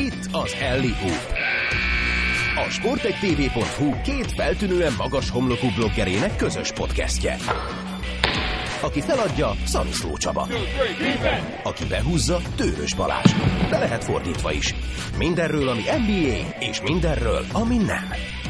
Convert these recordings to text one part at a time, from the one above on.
Itt az Alley-oop, a sportegtv.hu két feltűnően magas homlokú bloggerének közös podcastje. Aki feladja, Szaniszló Csaba. Aki behúzza, Tőrös Balázs. De lehet fordítva is. Mindenről, ami NBA, és mindenről, ami nem.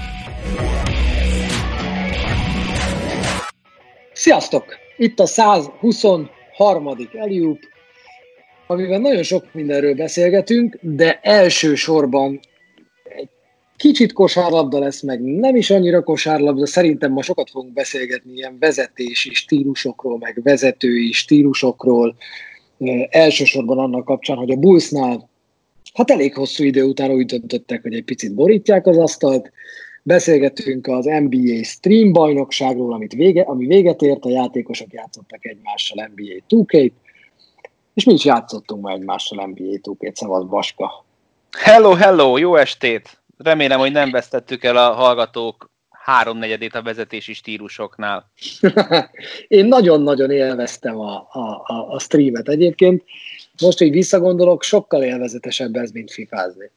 Sziasztok! Itt a 123. Alley-oop, amiben nagyon sok mindenről beszélgetünk, de elsősorban egy kicsit kosárlabda lesz, meg nem is annyira kosárlabda, szerintem ma sokat fogunk beszélgetni ilyen vezetési stílusokról, meg vezetői stílusokról, elsősorban annak kapcsán, hogy a Bullsnál hát elég hosszú idő után úgy döntöttek, hogy egy picit borítják az asztalt. Beszélgetünk az NBA Stream bajnokságról, ami véget ért, a játékosok játszottak egymással NBA 2K-t, és mi is játszottunk már egymással NBA 2K-t, szavaz Baska. Hello, jó estét! Remélem, hogy nem vesztettük el a hallgatók 3/4-ét a vezetési stílusoknál. Én nagyon-nagyon élveztem a streamet egyébként. Most, hogy visszagondolok, sokkal élvezetesebb ez, mint fifázni.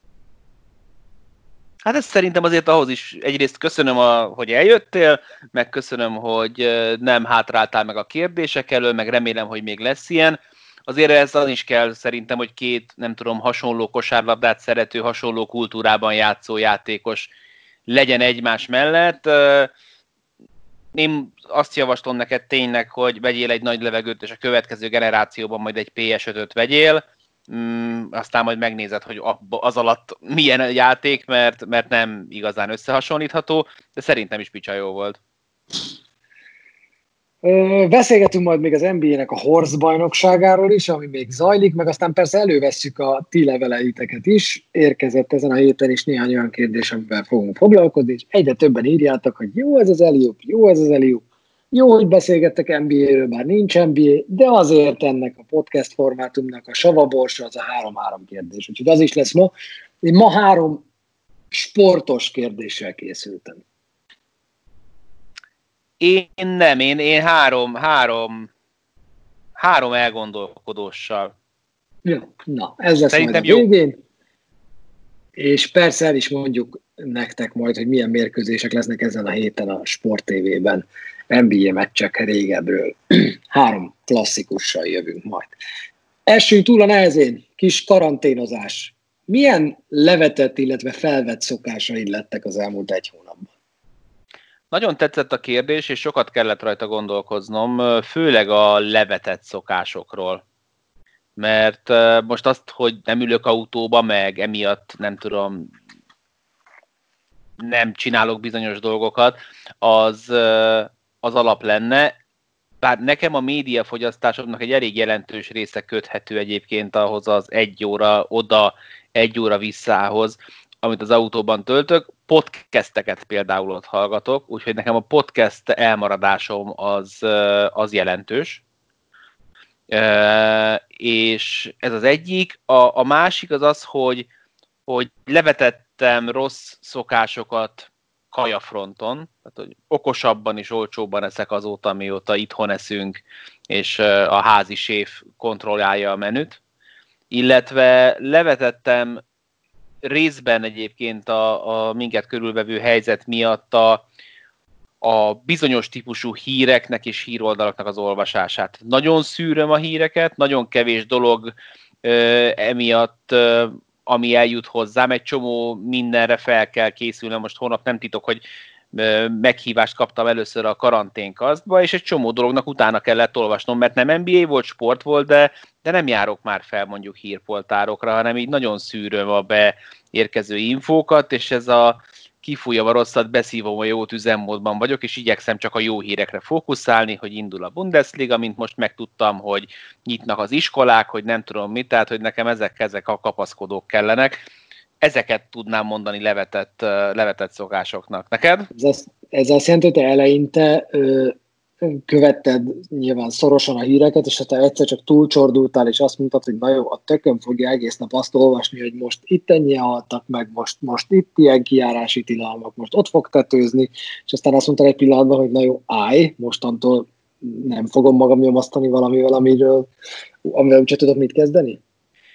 Hát ez szerintem azért ahhoz is egyrészt köszönöm, hogy eljöttél, meg köszönöm, hogy nem hátráltál meg a kérdések elől, meg remélem, hogy még lesz ilyen. Azért ez az is kell szerintem, hogy két, nem tudom, hasonló kosárlabdát szerető, hasonló kultúrában játszó játékos legyen egymás mellett. Én azt javaslom neked tényleg, hogy vegyél egy nagy levegőt, és a következő generációban majd egy PS5-öt vegyél. Aztán majd megnézed, hogy az alatt milyen játék, mert nem igazán összehasonlítható, de szerintem is picsa jó volt. Beszélgetünk majd még az NBA-nek a Horse bajnokságáról is, ami még zajlik, meg aztán persze elővesszük a ti leveleiteket is. Érkezett ezen a héten is néhány olyan kérdés, amivel fogunk foglalkozni, és egyre többen írjátok, hogy jó ez az Alley-oop, jó, hogy beszélgettek NBA-ről, bár nincs NBA, de azért ennek a podcast formátumnak a savaborsa az a 3-3 kérdés. Úgyhogy az is lesz ma. Én ma 3 sportos kérdéssel készültem. Én nem, én három elgondolkodóssal. Ja, na, ez lesz szerintem majd a végén. És persze el is mondjuk nektek majd, hogy milyen mérkőzések lesznek ezen a héten a Sport TV-ben. NBA meccsek régebről. 3 klasszikussal jövünk majd. Essünk túl a nehezén, kis karanténozás. Milyen levetett, illetve felvett szokásaid lettek az elmúlt 1 hónapban? Nagyon tetszett a kérdés, és sokat kellett rajta gondolkoznom, főleg a levetett szokásokról. Mert most azt, hogy nem ülök autóba, meg emiatt nem tudom, nem csinálok bizonyos dolgokat, az alap lenne. Bár nekem a médiafogyasztásomnak egy elég jelentős része köthető egyébként ahhoz az 1 óra oda, 1 óra visszához, amit az autóban töltök. Podcasteket például ott hallgatok, úgyhogy nekem a podcast elmaradásom az jelentős. És ez az egyik. A másik az, hogy levetettem rossz szokásokat kajafronton, tehát hogy okosabban és olcsóbban eszek azóta, mióta itthon eszünk, és a házi séf kontrollálja a menüt. Illetve levetettem részben egyébként a minket körülvevő helyzet miatt a bizonyos típusú híreknek és híroldalaknak az olvasását. Nagyon szűröm a híreket, nagyon kevés dolog emiatt, ami eljut hozzám, egy csomó mindenre fel kell készülnem. Most hónap nem titok, hogy meghívást kaptam először a karanténkasztba, és egy csomó dolognak utána kellett olvasnom, mert nem NBA volt, sport volt, de nem járok már fel mondjuk hírpoltárokra, hanem így nagyon szűröm a beérkező infókat, és ez a kifújjam a rosszat, beszívom a jót üzemmódban vagyok, és igyekszem csak a jó hírekre fókuszálni, hogy indul a Bundesliga, mint most megtudtam, hogy nyitnak az iskolák, hogy nem tudom mit, tehát hogy nekem ezek a kapaszkodók kellenek. Ezeket tudnám mondani levetett szokásoknak. Neked? Ez azt jelenti, hogy te eleinte követted nyilván szorosan a híreket, és ha te egyszer csak túlcsordultál, és azt mondtad, hogy na jó, a tököm fogja egész nap azt olvasni, hogy most itt ennyien haltak meg, most itt ilyen kijárási tilalmak, most ott fog tetőzni, és aztán azt mondtad egy pillanatban, hogy na jó, állj, mostantól nem fogom magam nyomasztani valamivel, amivel úgyse tudok mit kezdeni?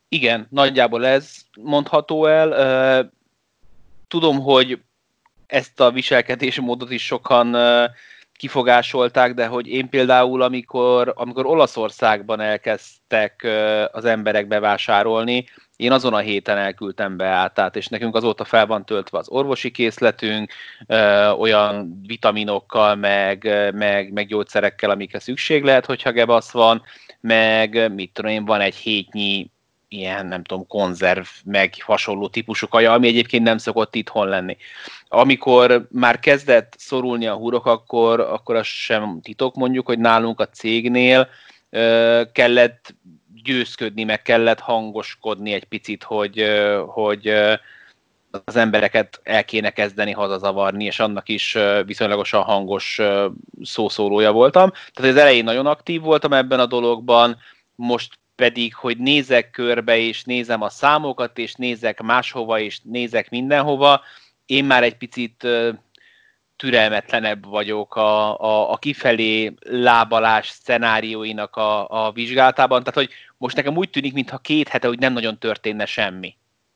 Igen, nagyjából ez mondható el. Tudom, hogy ezt a viselkedési módot is sokan kifogásolták, de hogy én például, amikor Olaszországban elkezdtek az emberek bevásárolni, én azon a héten elküldtem be átát, és nekünk azóta fel van töltve az orvosi készletünk, olyan vitaminokkal, meg gyógyszerekkel, amikre szükség lehet, hogyha gebasz van, meg mit tudom én, van egy hétnyi ilyen, nem tudom, konzerv, meg hasonló típusú kaja, ami egyébként nem szokott itthon lenni. Amikor már kezdett szorulni a hurok, akkor az sem titok, mondjuk, hogy nálunk a cégnél kellett győzködni, meg kellett hangoskodni egy picit, hogy az embereket el kéne kezdeni hazazavarni, és annak is viszonylagosan hangos szószólója voltam. Tehát az elején nagyon aktív voltam ebben a dologban, most pedig, hogy nézek körbe, és nézem a számokat, és nézek máshova, és nézek mindenhova, én már egy picit türelmetlenebb vagyok a kifelé lábalás szenárióinak a vizsgálatában. Tehát, hogy most nekem úgy tűnik, mintha 2 hete, hogy nem nagyon történne semmi.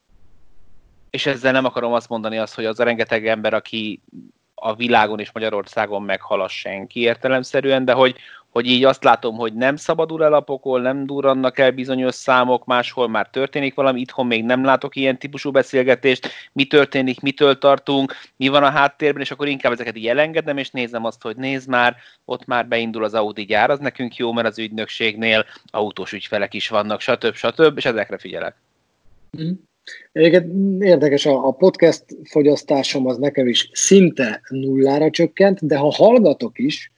És ezzel nem akarom azt mondani hogy az a rengeteg ember, aki a világon és Magyarországon meghal, az senki értelemszerűen, de hogy így azt látom, hogy nem szabadul el a pokol, nem durrannak el bizonyos számok, máshol már történik valami, itthon még nem látok ilyen típusú beszélgetést, mi történik, mitől tartunk, mi van a háttérben, és akkor inkább ezeket így elengedem, és nézem azt, hogy nézd már, ott már beindul az Audi gyár, az nekünk jó, mert az ügynökségnél autós ügyfelek is vannak, stb. És ezekre figyelek. Egyébként érdekes, a podcast fogyasztásom az nekem is szinte nullára csökkent, de ha hallgatok is,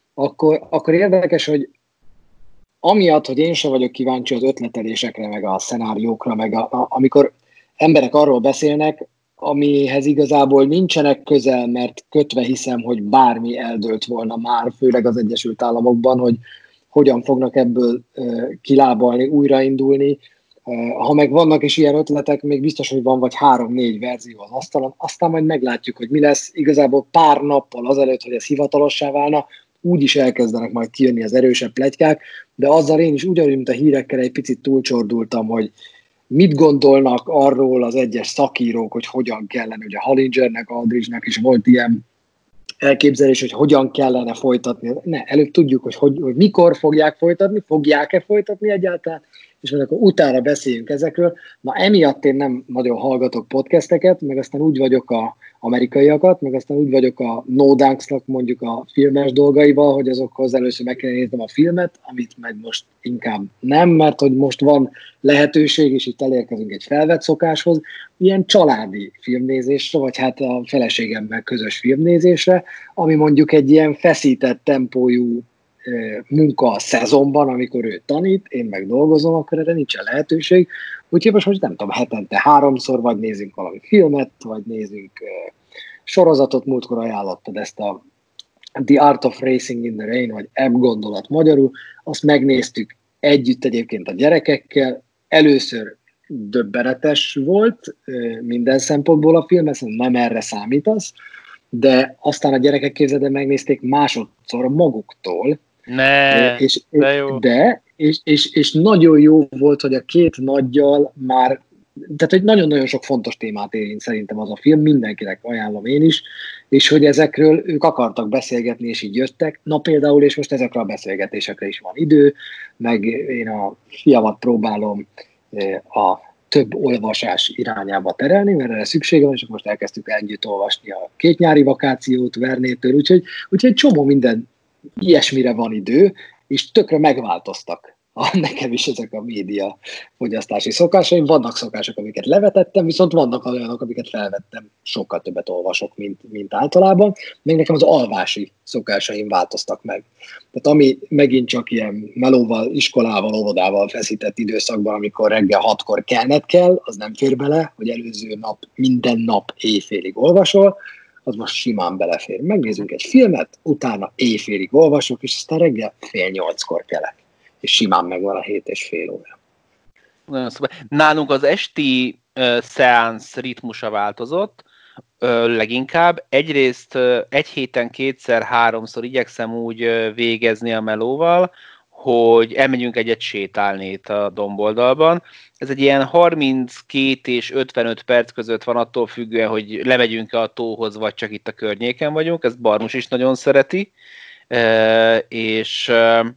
akkor érdekes, hogy amiatt, hogy én sem vagyok kíváncsi az ötletelésekre, meg a szenáriókra, meg amikor emberek arról beszélnek, amihez igazából nincsenek közel, mert kötve hiszem, hogy bármi eldőlt volna már, főleg az Egyesült Államokban, hogy hogyan fognak ebből kilábalni, újraindulni. Ha meg vannak is ilyen ötletek, még biztos, hogy van vagy 3-4 verzió az asztalon, aztán majd meglátjuk, hogy mi lesz. Igazából pár nappal azelőtt, hogy ez hivatalossá válna, úgy is elkezdenek majd kijönni az erősebb pletykák, de azzal én is ugyanúgy, mint a hírekkel egy picit túlcsordultam, hogy mit gondolnak arról az egyes szakírók, hogy hogyan kellene, ugye Hollingernek, Aldridge-nek is volt ilyen elképzelés, hogy hogyan kellene folytatni. Ne, előbb tudjuk, hogy mikor fogják folytatni, fogják-e folytatni egyáltalán, és akkor utána beszéljünk ezekről. Na emiatt én nem nagyon hallgatok podcasteket, meg aztán úgy vagyok a amerikaiakat, meg aztán úgy vagyok a No Dunks-nak mondjuk a filmes dolgaival, hogy azokhoz először meg kell néznem a filmet, amit meg most inkább nem, mert hogy most van lehetőség, és itt elérkezünk egy felvett szokáshoz, ilyen családi filmnézésre, vagy hát a feleségemmel közös filmnézésre, ami mondjuk egy ilyen feszített tempójú munka a szezonban, amikor ő tanít, én meg dolgozom, akkor erre nincsen lehetőség. Úgyhogy most nem tudom, hetente 3-szor, vagy nézünk valami filmet, vagy nézünk sorozatot, múltkor ajánlottad ezt a The Art of Racing in the Rain, vagy App gondolat magyarul, azt megnéztük együtt egyébként a gyerekekkel, először döbbenetes volt minden szempontból a film, ezt nem erre számítasz, de aztán a gyerekek képzeld, megnézték másodszor maguktól. És nagyon jó volt, hogy a 2 nagyjal már, tehát hogy nagyon-nagyon sok fontos témát érint szerintem az a film, mindenkinek ajánlom én is, és hogy ezekről ők akartak beszélgetni, és így jöttek. Na például, és most ezekre a beszélgetésekre is van idő, meg én a fiamat próbálom a több olvasás irányába terelni, mert erre szüksége van, és most elkezdtük együtt olvasni a 2 nyári vakációt Vernétől, úgyhogy egy csomó minden ilyesmire van idő, és tökre megváltoztak nekem is ezek a média fogyasztási szokásaim. Vannak szokások, amiket levetettem, viszont vannak olyanok, amiket felvettem. Sokkal többet olvasok, mint általában. Még nekem az alvási szokásaim változtak meg. Tehát ami megint csak ilyen melóval, iskolával, óvodával feszített időszakban, amikor reggel 6-kor kelned kell, az nem fér bele, hogy előző nap, minden nap éjfélig olvasol, az most simán belefér. Megnézzünk egy filmet, utána éjfélig olvasok, és aztán reggel 7:30-kor kelek. És simán megvan a 7,5 óra. Nagyon szuper. Nálunk az esti szeánsz ritmusa változott, leginkább. Egyrészt egy héten 2-3-szor igyekszem úgy végezni a melóval, hogy elmegyünk egyet sétálni itt a domboldalban. Ez egy ilyen 32 és 55 perc között van, attól függően, hogy lemegyünk-e a tóhoz, vagy csak itt a környéken vagyunk. Ezt Barmus is nagyon szereti. És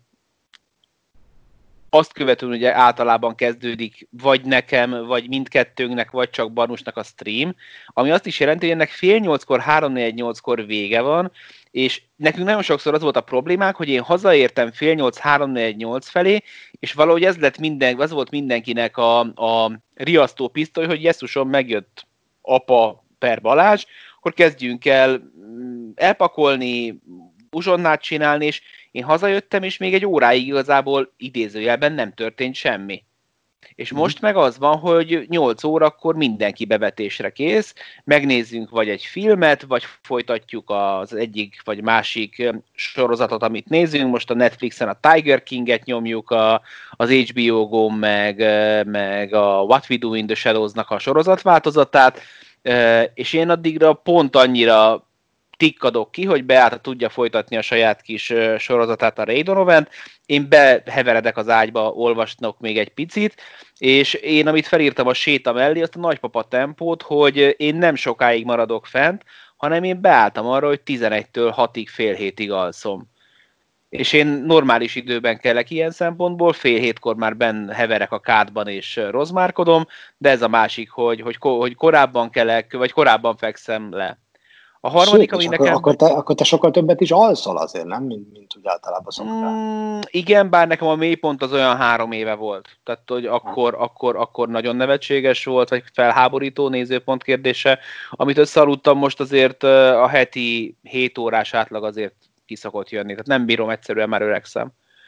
azt követően ugye általában kezdődik vagy nekem, vagy mindkettőnknek, vagy csak Barmusnak a stream, ami azt is jelenti, hogy ennek fél 8-kor, 3-4-8-kor vége van, és nekünk nagyon sokszor az volt a problémák, hogy én hazaértem fél 8, 3-4-8 felé, és valahogy ez volt mindenkinek a riasztó pisztoly, hogy jesszusom, megjött apa per Balázs, akkor kezdjünk el elpakolni, uzsonnát csinálni, és én hazajöttem, és még egy óráig igazából idézőjelben nem történt semmi. És most meg az van, hogy 8 órakor mindenki bevetésre kész, megnézzünk vagy egy filmet, vagy folytatjuk az egyik vagy másik sorozatot, amit nézünk. Most a Netflixen a Tiger King-et nyomjuk, az HBO Go-n, meg a What We Do in the Shadows-nak a sorozatváltozatát, és én addigra pont annyira tikkadok ki, hogy Beáta tudja folytatni a saját kis sorozatát, a Ray Donovan-t, én beheveredek az ágyba, olvasnok még egy picit, és én, amit felírtam a séta mellé, azt a nagypapa tempót, hogy én nem sokáig maradok fent, hanem én beálltam arra, hogy 11-től 6-ig, fél hétig alszom. És én normális időben kelek ilyen szempontból, fél hétkor már benn heverek a kádban és rozmárkodom, de ez a másik, hogy korábban kelek, vagy korábban fekszem le. A harmadik, ami nekem... Akkor te sokkal többet is alszol azért, nem? Mint úgy általában szoktál. Igen, bár nekem a mélypont az olyan 3 éve volt. Tehát, hogy akkor nagyon nevetséges volt, vagy felháborító nézőpont kérdése. Amit összealudtam most azért a heti 7 órás átlag azért ki szokott jönni. Tehát nem bírom, egyszerűen már öregszem.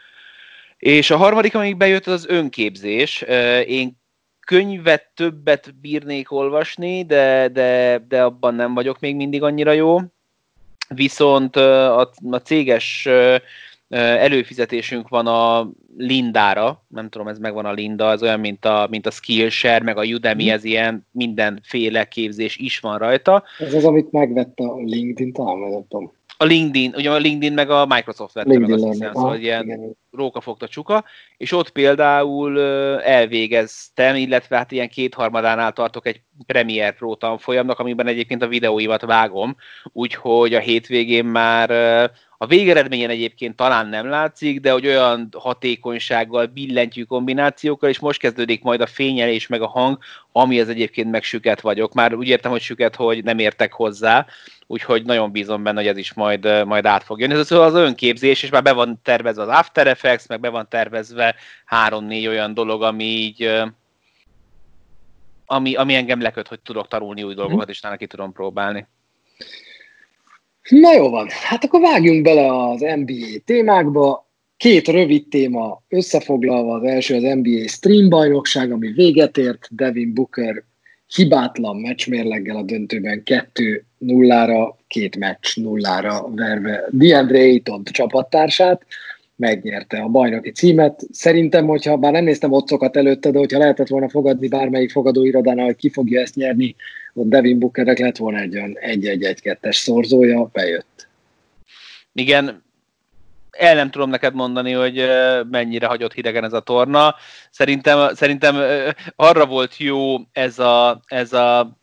És a harmadik, amíg bejött, az önképzés. Én könyvet többet bírnék olvasni, de abban nem vagyok még mindig annyira jó. Viszont a céges előfizetésünk van a Lindára, nem tudom, ez megvan a Linda, ez olyan, mint a Skillshare, meg a Udemy, ez ilyen mindenféle képzés is van rajta. Ez az, amit megvett a LinkedIn, talán nem tudom. A LinkedIn meg a Microsoft vette meg, azt hiszem, szóval ilyen igen. rókafogta csuka, és ott például elvégeztem, illetve hát ilyen 2/3-ánál tartok egy Premiere Pro tanfolyamnak, amiben egyébként a videóimat vágom, úgyhogy a hétvégén már a végeredményen egyébként talán nem látszik, de hogy olyan hatékonysággal, billentyű kombinációkkal, és most kezdődik majd a fényelés meg a hang, ami az egyébként meg süket vagyok. Már úgy értem, hogy süket, hogy nem értek hozzá, úgyhogy nagyon bízom benne, hogy ez is majd át fog jönni. Ez az önképzés, és már be van tervezve az After Effects, meg be van tervezve 3-4 olyan dolog, ami így ami engem leköt, hogy tudok tanulni új dolgokat, és nála ki tudom próbálni. Na jó van, hát akkor vágjunk bele az NBA témákba. 2 rövid téma összefoglalva, az első az NBA stream bajnokság, ami véget ért, Devin Booker hibátlan meccsmérleggel a döntőben 2-0-ra, 2 meccs 0-ra verve DeAndre Ayton csapattársát, megnyerte a bajnoki címet. Szerintem, hogyha bár nem néztem otcokat előtte, de hogyha lehetett volna fogadni bármelyik fogadóirodánál, hogy ki fogja ezt nyerni, ott Devin Bookernek lett volna egy olyan 1-1-1-2-es szorzója, bejött. Igen, el nem tudom neked mondani, hogy mennyire hagyott hidegen ez a torna. Szerintem arra volt jó ez a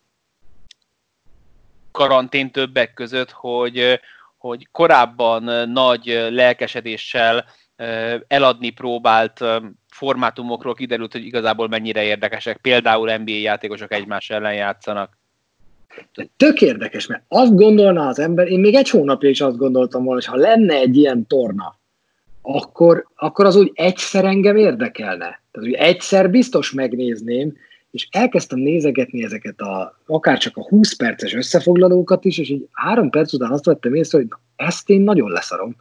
karantén többek között, hogy korábban nagy lelkesedéssel eladni próbált formátumokról kiderült, hogy igazából mennyire érdekesek. Például NBA játékosok egymás ellen játszanak. Tök érdekes, mert azt gondolna az ember, én még egy hónapja is azt gondoltam volna, hogy ha lenne egy ilyen torna, akkor az úgy egyszer engem érdekelne. Tehát úgy egyszer biztos megnézném, és elkezdtem nézegetni ezeket akárcsak a 20 perces összefoglalókat is, és így 3 perc után azt vettem észre, hogy ezt én nagyon leszarom.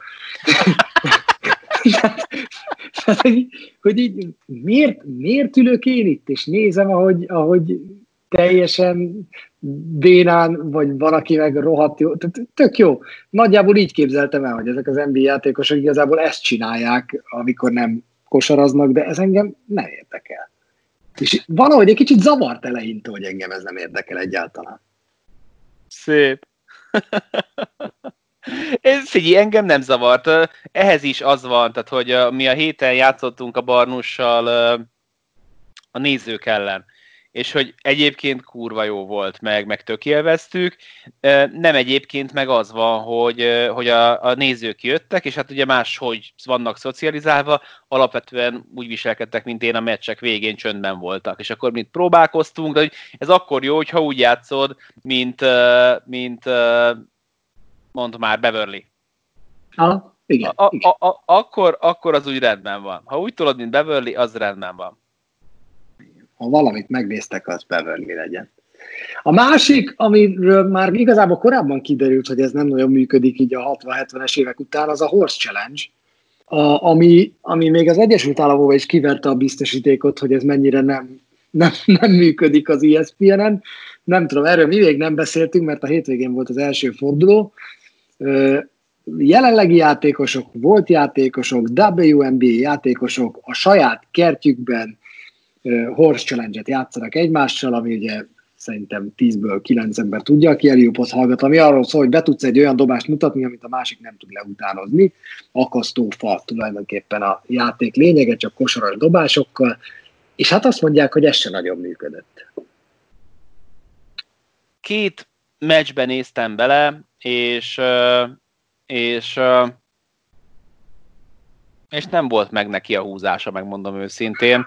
hogy így miért ülök én itt, és nézem, ahogy teljesen bénán, vagy valaki meg rohadt jó. Tök jó. Nagyjából így képzeltem el, hogy ezek az NBA játékosok igazából ezt csinálják, amikor nem kosaraznak, de ez engem nem érdekel. És valahogy egy kicsit zavart eleinte, hogy engem ez nem érdekel egyáltalán. Szép. Figyelj, engem nem zavart. Ehhez is az van, tehát, hogy mi a héten játszottunk a Barnussal a nézők ellen, és hogy egyébként kurva jó volt, meg tök élveztük. Nem egyébként meg az van, hogy a nézők jöttek, és hát ugye máshogy vannak szocializálva, alapvetően úgy viselkedtek, mint én a meccsek végén csöndben voltak. És akkor mit próbálkoztunk, de ez akkor jó, hogyha úgy játszod, mint mondd már, Beverly. Igen. Akkor az úgy rendben van. Ha úgy tudod, mint Beverly, az rendben van. Ha valamit megnéztek, az Beverly legyen. A másik, amiről már igazából korábban kiderült, hogy ez nem nagyon működik így a 60-70-es évek után, az a Horse Challenge, ami még az Egyesült Államokban is kiverte a biztosítékot, hogy ez mennyire nem működik az ESPN-en. Nem tudom, erről mi még nem beszéltünk, mert a hétvégén volt az első forduló. Jelenlegi játékosok, volt játékosok, WNBA játékosok a saját kertjükben Horse Challenge-et játszanak egymással, ami ugye szerintem 10-ből 9 ember tudja, aki Eliupot hallgat, ami arról szól, hogy be tudsz egy olyan dobást mutatni, amit a másik nem tud leutánozni. Akasztófa tulajdonképpen a játék lényege, csak kosaras dobásokkal, és hát azt mondják, hogy ez se nagyon működött. 2 meccsben néztem bele, és nem volt meg neki a húzása, megmondom őszintén.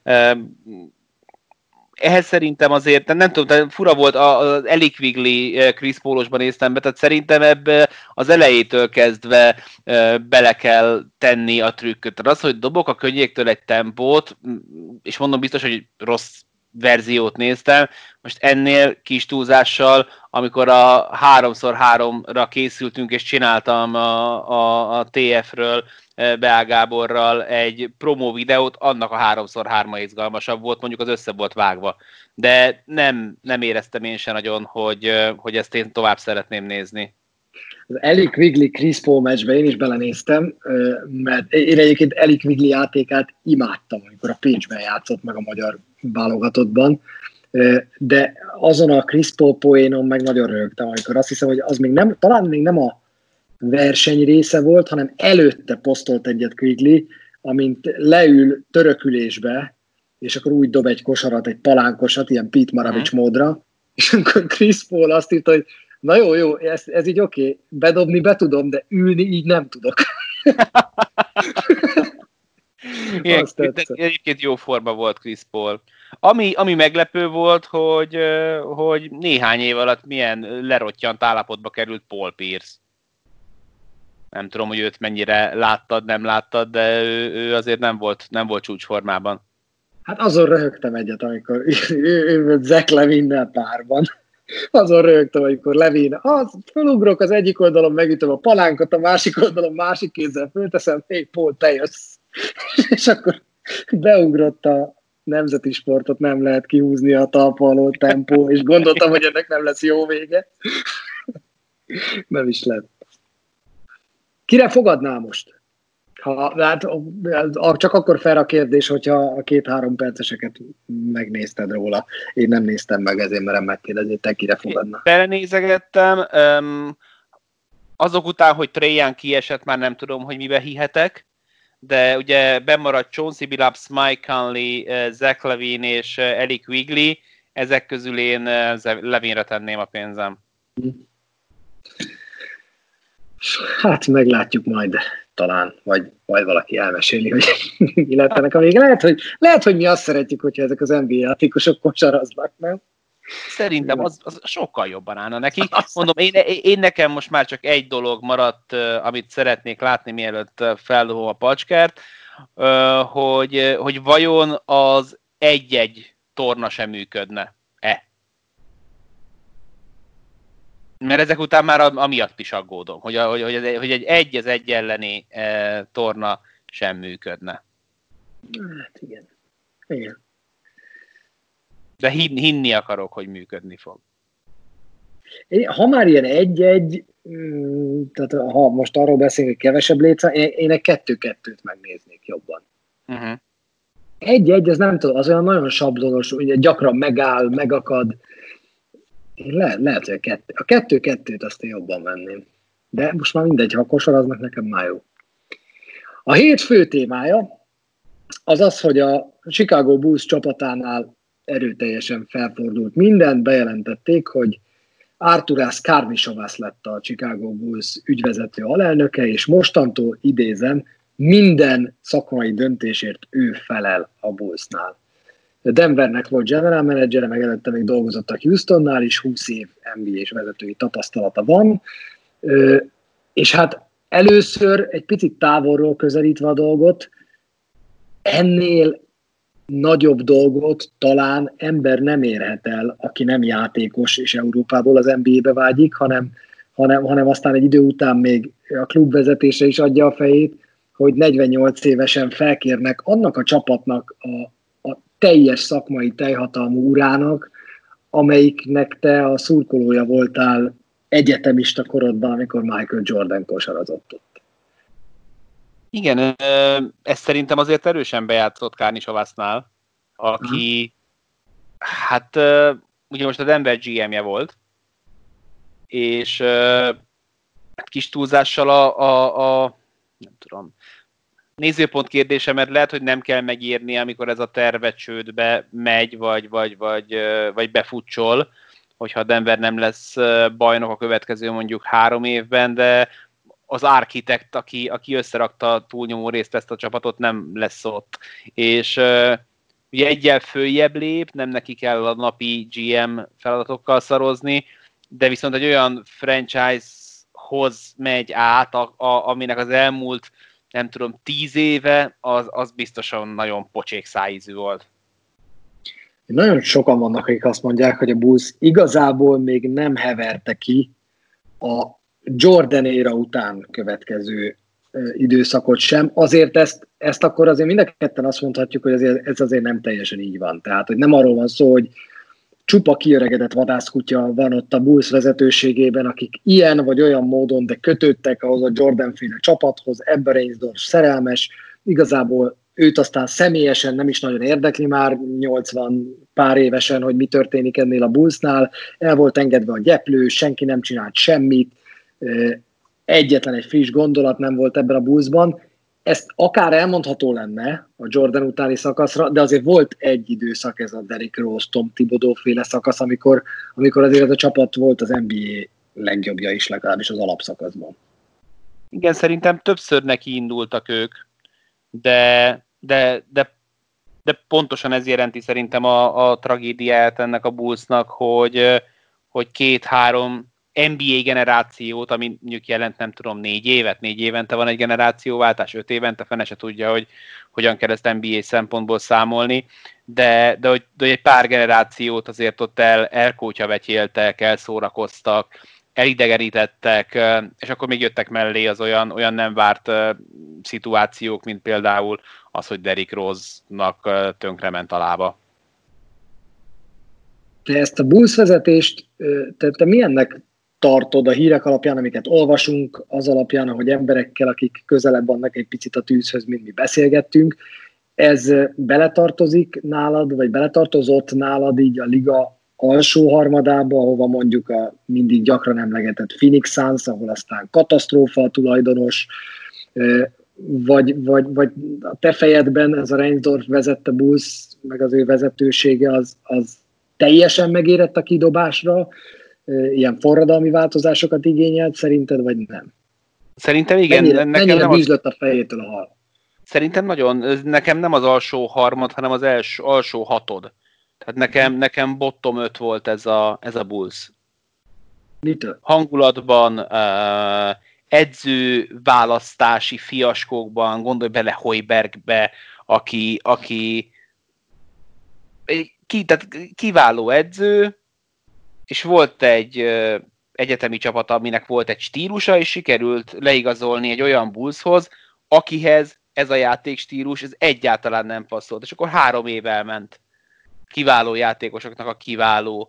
Ehhez szerintem azért, nem tudom, fura volt, az Ellie Quigley Chris Paulosban néztem be, tehát szerintem ebbe az elejétől kezdve bele kell tenni a trükköt. Tehát az, hogy dobok a könnyéktől egy tempót, és mondom biztos, hogy rossz verziót néztem, most ennél kis túlzással, amikor a 3x3-ra készültünk, és csináltam a TF-ről Beá Gáborral egy promó videót, annak a 3x3-a izgalmasabb volt, mondjuk az össze volt vágva. De nem éreztem én se nagyon, hogy ezt én tovább szeretném nézni. Az Ellie Quigley Chris Paul meccsbe én is belenéztem, mert én egyébként Ellie Quigley játékát imádtam, amikor a Pécsben játszott meg a magyar válogatottban, de azon a Chris Paul poénon meg nagyon rögtem, amikor azt hiszem, hogy az még nem, talán még nem a verseny része volt, hanem előtte posztolt egyet Quigley, amint leül törökülésbe, és akkor úgy dob egy kosarat, egy palánkosat, ilyen Pete Maravich módra, és akkor Chris Paul azt írta, hogy na jó, ez így oké, bedobni be tudom, de ülni így nem tudok. Egyébként jó forma volt Chris Paul. Ami meglepő volt, hogy néhány év alatt milyen lerottyant állapotba került Paul Pierce. Nem tudom, hogy őt mennyire láttad, nem láttad, de ő azért nem volt csúcsformában. Hát azon röhögtem egyet, amikor ő volt Zach Levinnel párban. Azon röhögtem, amikor Levin, felugrok az egyik oldalon, megütöm a palánkot, a másik oldalon másik kézzel fölteszem, még Paul, te jössz. És akkor beugrott a nemzeti sportot, nem lehet kihúzni a talpa alól tempó, és gondoltam, hogy ennek nem lesz jó vége. Nem is lett. Kire fogadnál most? Hát, csak akkor fel a kérdés, hogyha a 2-3 perceseket megnézted róla. Én nem néztem meg, ezért merem megkérdezni, te kire fogadnál. Belenézegettem. Azok után, hogy Trae Young kiesett, már nem tudom, hogy mibe hihetek, de ugye bemaradt Chauncey Billups, Mike Conley, Zach Levin és Ellie Quigley. Ezek közül én Levinre tenném a pénzem. Hát meglátjuk majd talán, vagy valaki elmeséli, hogy mi lett ennek a vége. Lehet, hogy mi azt szeretjük, hogyha ezek az NBA játékosok kosaraznak, nem? Szerintem az sokkal jobban állna neki. Mondom, én nekem most már csak egy dolog maradt, amit szeretnék látni, mielőtt feldobom a pacskert, hogy vajon az egy-egy torna sem működne-e. Mert ezek után már amiatt is aggódom, hogy egy egy elleni torna sem működne. Hát igen. De hinni akarok, hogy működni fog. Ha már ilyen egy-egy, tehát ha most arról beszélünk, hogy kevesebb létszám, én egy 2-2-t megnéznék jobban. Uh-huh. Egy-egy, ez nem tudom, az olyan nagyon sablonos, ugye gyakran megáll, megakad. Lehet, hogy a 2-2-t azt én jobban venném. De most már mindegy, ha kosaraznak, nekem már jó. A hét fő témája az az, hogy a Chicago Bulls csapatánál erőteljesen felfordult minden. Bejelentették, hogy Arturas Karnisovas lett a Chicago Bulls ügyvezető alelnöke, és mostantól idézem, minden szakmai döntésért ő felel a Bullsnál. Denvernek volt general menedzsere, meg előtte még dolgozott a Houstonnál is, 20 év NBA-s vezetői tapasztalata van, és hát először egy picit távolról közelítve a dolgot, ennél nagyobb dolgot talán ember nem érhet el, aki nem játékos és Európából az NBA-be vágyik, hanem aztán egy idő után még a klubvezetése is adja a fejét, hogy 48 évesen felkérnek annak a csapatnak a teljes szakmai teljhatalmú urának, amelyiknek te a szurkolója voltál egyetemista korodban, amikor Michael Jordan kosarazott ott. Igen, ez szerintem azért erősen bejátszott Karnisovasnál, aki hát ugye most a Denver GM-je volt, és kis túlzással a nem tudom, nézőpont kérdése, mert lehet, hogy nem kell megírni, amikor ez a terve csődbe megy, vagy befutcsol, hogyha Denver nem lesz bajnok a következő mondjuk 3 évben, de az architekt, aki összerakta túlnyomó részt ezt a csapatot, nem lesz ott. És ugye egyel följebb lép, nem neki kell a napi GM feladatokkal szarozni, de viszont egy olyan franchise-hoz megy át, aminek az elmúlt, nem tudom, 10 éve, az biztosan nagyon pocsék szájízű volt. Nagyon sokan vannak, akik azt mondják, hogy a Bulls igazából még nem heverte ki a Jordan éra után következő időszakot sem. Azért ezt akkor azért mind a ketten azt mondhatjuk, hogy ez azért nem teljesen így van. Tehát, hogy nem arról van szó, hogy csupa kiöregedett vadászkutya van ott a Bulls vezetőségében, akik ilyen vagy olyan módon, de kötődtek ahhoz a Jordan-féle csapathoz, ebben Reinsdorf szerelmes, igazából őt aztán személyesen nem is nagyon érdekli már 80 pár évesen, hogy mi történik ennél a Bullsnál, el volt engedve a gyeplő, senki nem csinált semmit, egyetlen egy friss gondolat nem volt ebben a Bullsban. Ezt akár elmondható lenne a Jordan utáni szakaszra, de azért volt egy időszak, ez a Derrick Rose, Tom Thibodeau féle szakasz, amikor azért ez a csapat volt az NBA legjobbja is, legalábbis az alapszakaszban. Igen, szerintem többször neki indultak ők, de pontosan ez jelenti szerintem a tragédiát ennek a Bullsnak, hogy 2-3 NBA generációt, ami mondjuk jelent, nem tudom, 4 évente van egy generációváltás, 5 évente, fene se tudja, hogy hogyan kell ezt NBA szempontból számolni, de hogy egy pár generációt azért ott elkótyavetyéltek, elszórakoztak, elidegenítettek, és akkor még jöttek mellé az olyan nem várt szituációk, mint például az, hogy Derrick Rose-nak tönkrement a lába. De ezt a Bulls vezetést, te milyennek tartod a hírek alapján, amiket olvasunk, az alapján, ahogy emberekkel, akik közelebb vannak egy picit a tűzhöz, mint mi beszélgettünk, ez beletartozik nálad, vagy beletartozott nálad így a liga alsó harmadába, ahova mondjuk a mindig gyakran emlegetett Phoenix Suns, ahol aztán katasztrófa a tulajdonos, vagy a te fejedben ez a Reinsdorf vezette Bulls, meg az ő vezetősége, az teljesen megérett a kidobásra, ilyen forradalmi változásokat igényelt, szerinted, vagy nem? Szerintem igen. Mennyire bűzlött a fejétől a hal? Szerintem nagyon. Nekem nem az alsó harmad, hanem az alsó hatod. Tehát nekem bottom 5 volt ez a Bulls. Mitől? Hangulatban, edzőválasztási fiaskókban, gondolj bele Hoibergbe, aki tehát kiváló edző, és volt egy egyetemi csapat, aminek volt egy stílusa, és sikerült leigazolni egy olyan Bullshoz, akihez ez a játékstílus ez egyáltalán nem passzolt. És akkor 3 év elment kiváló játékosoknak a kiváló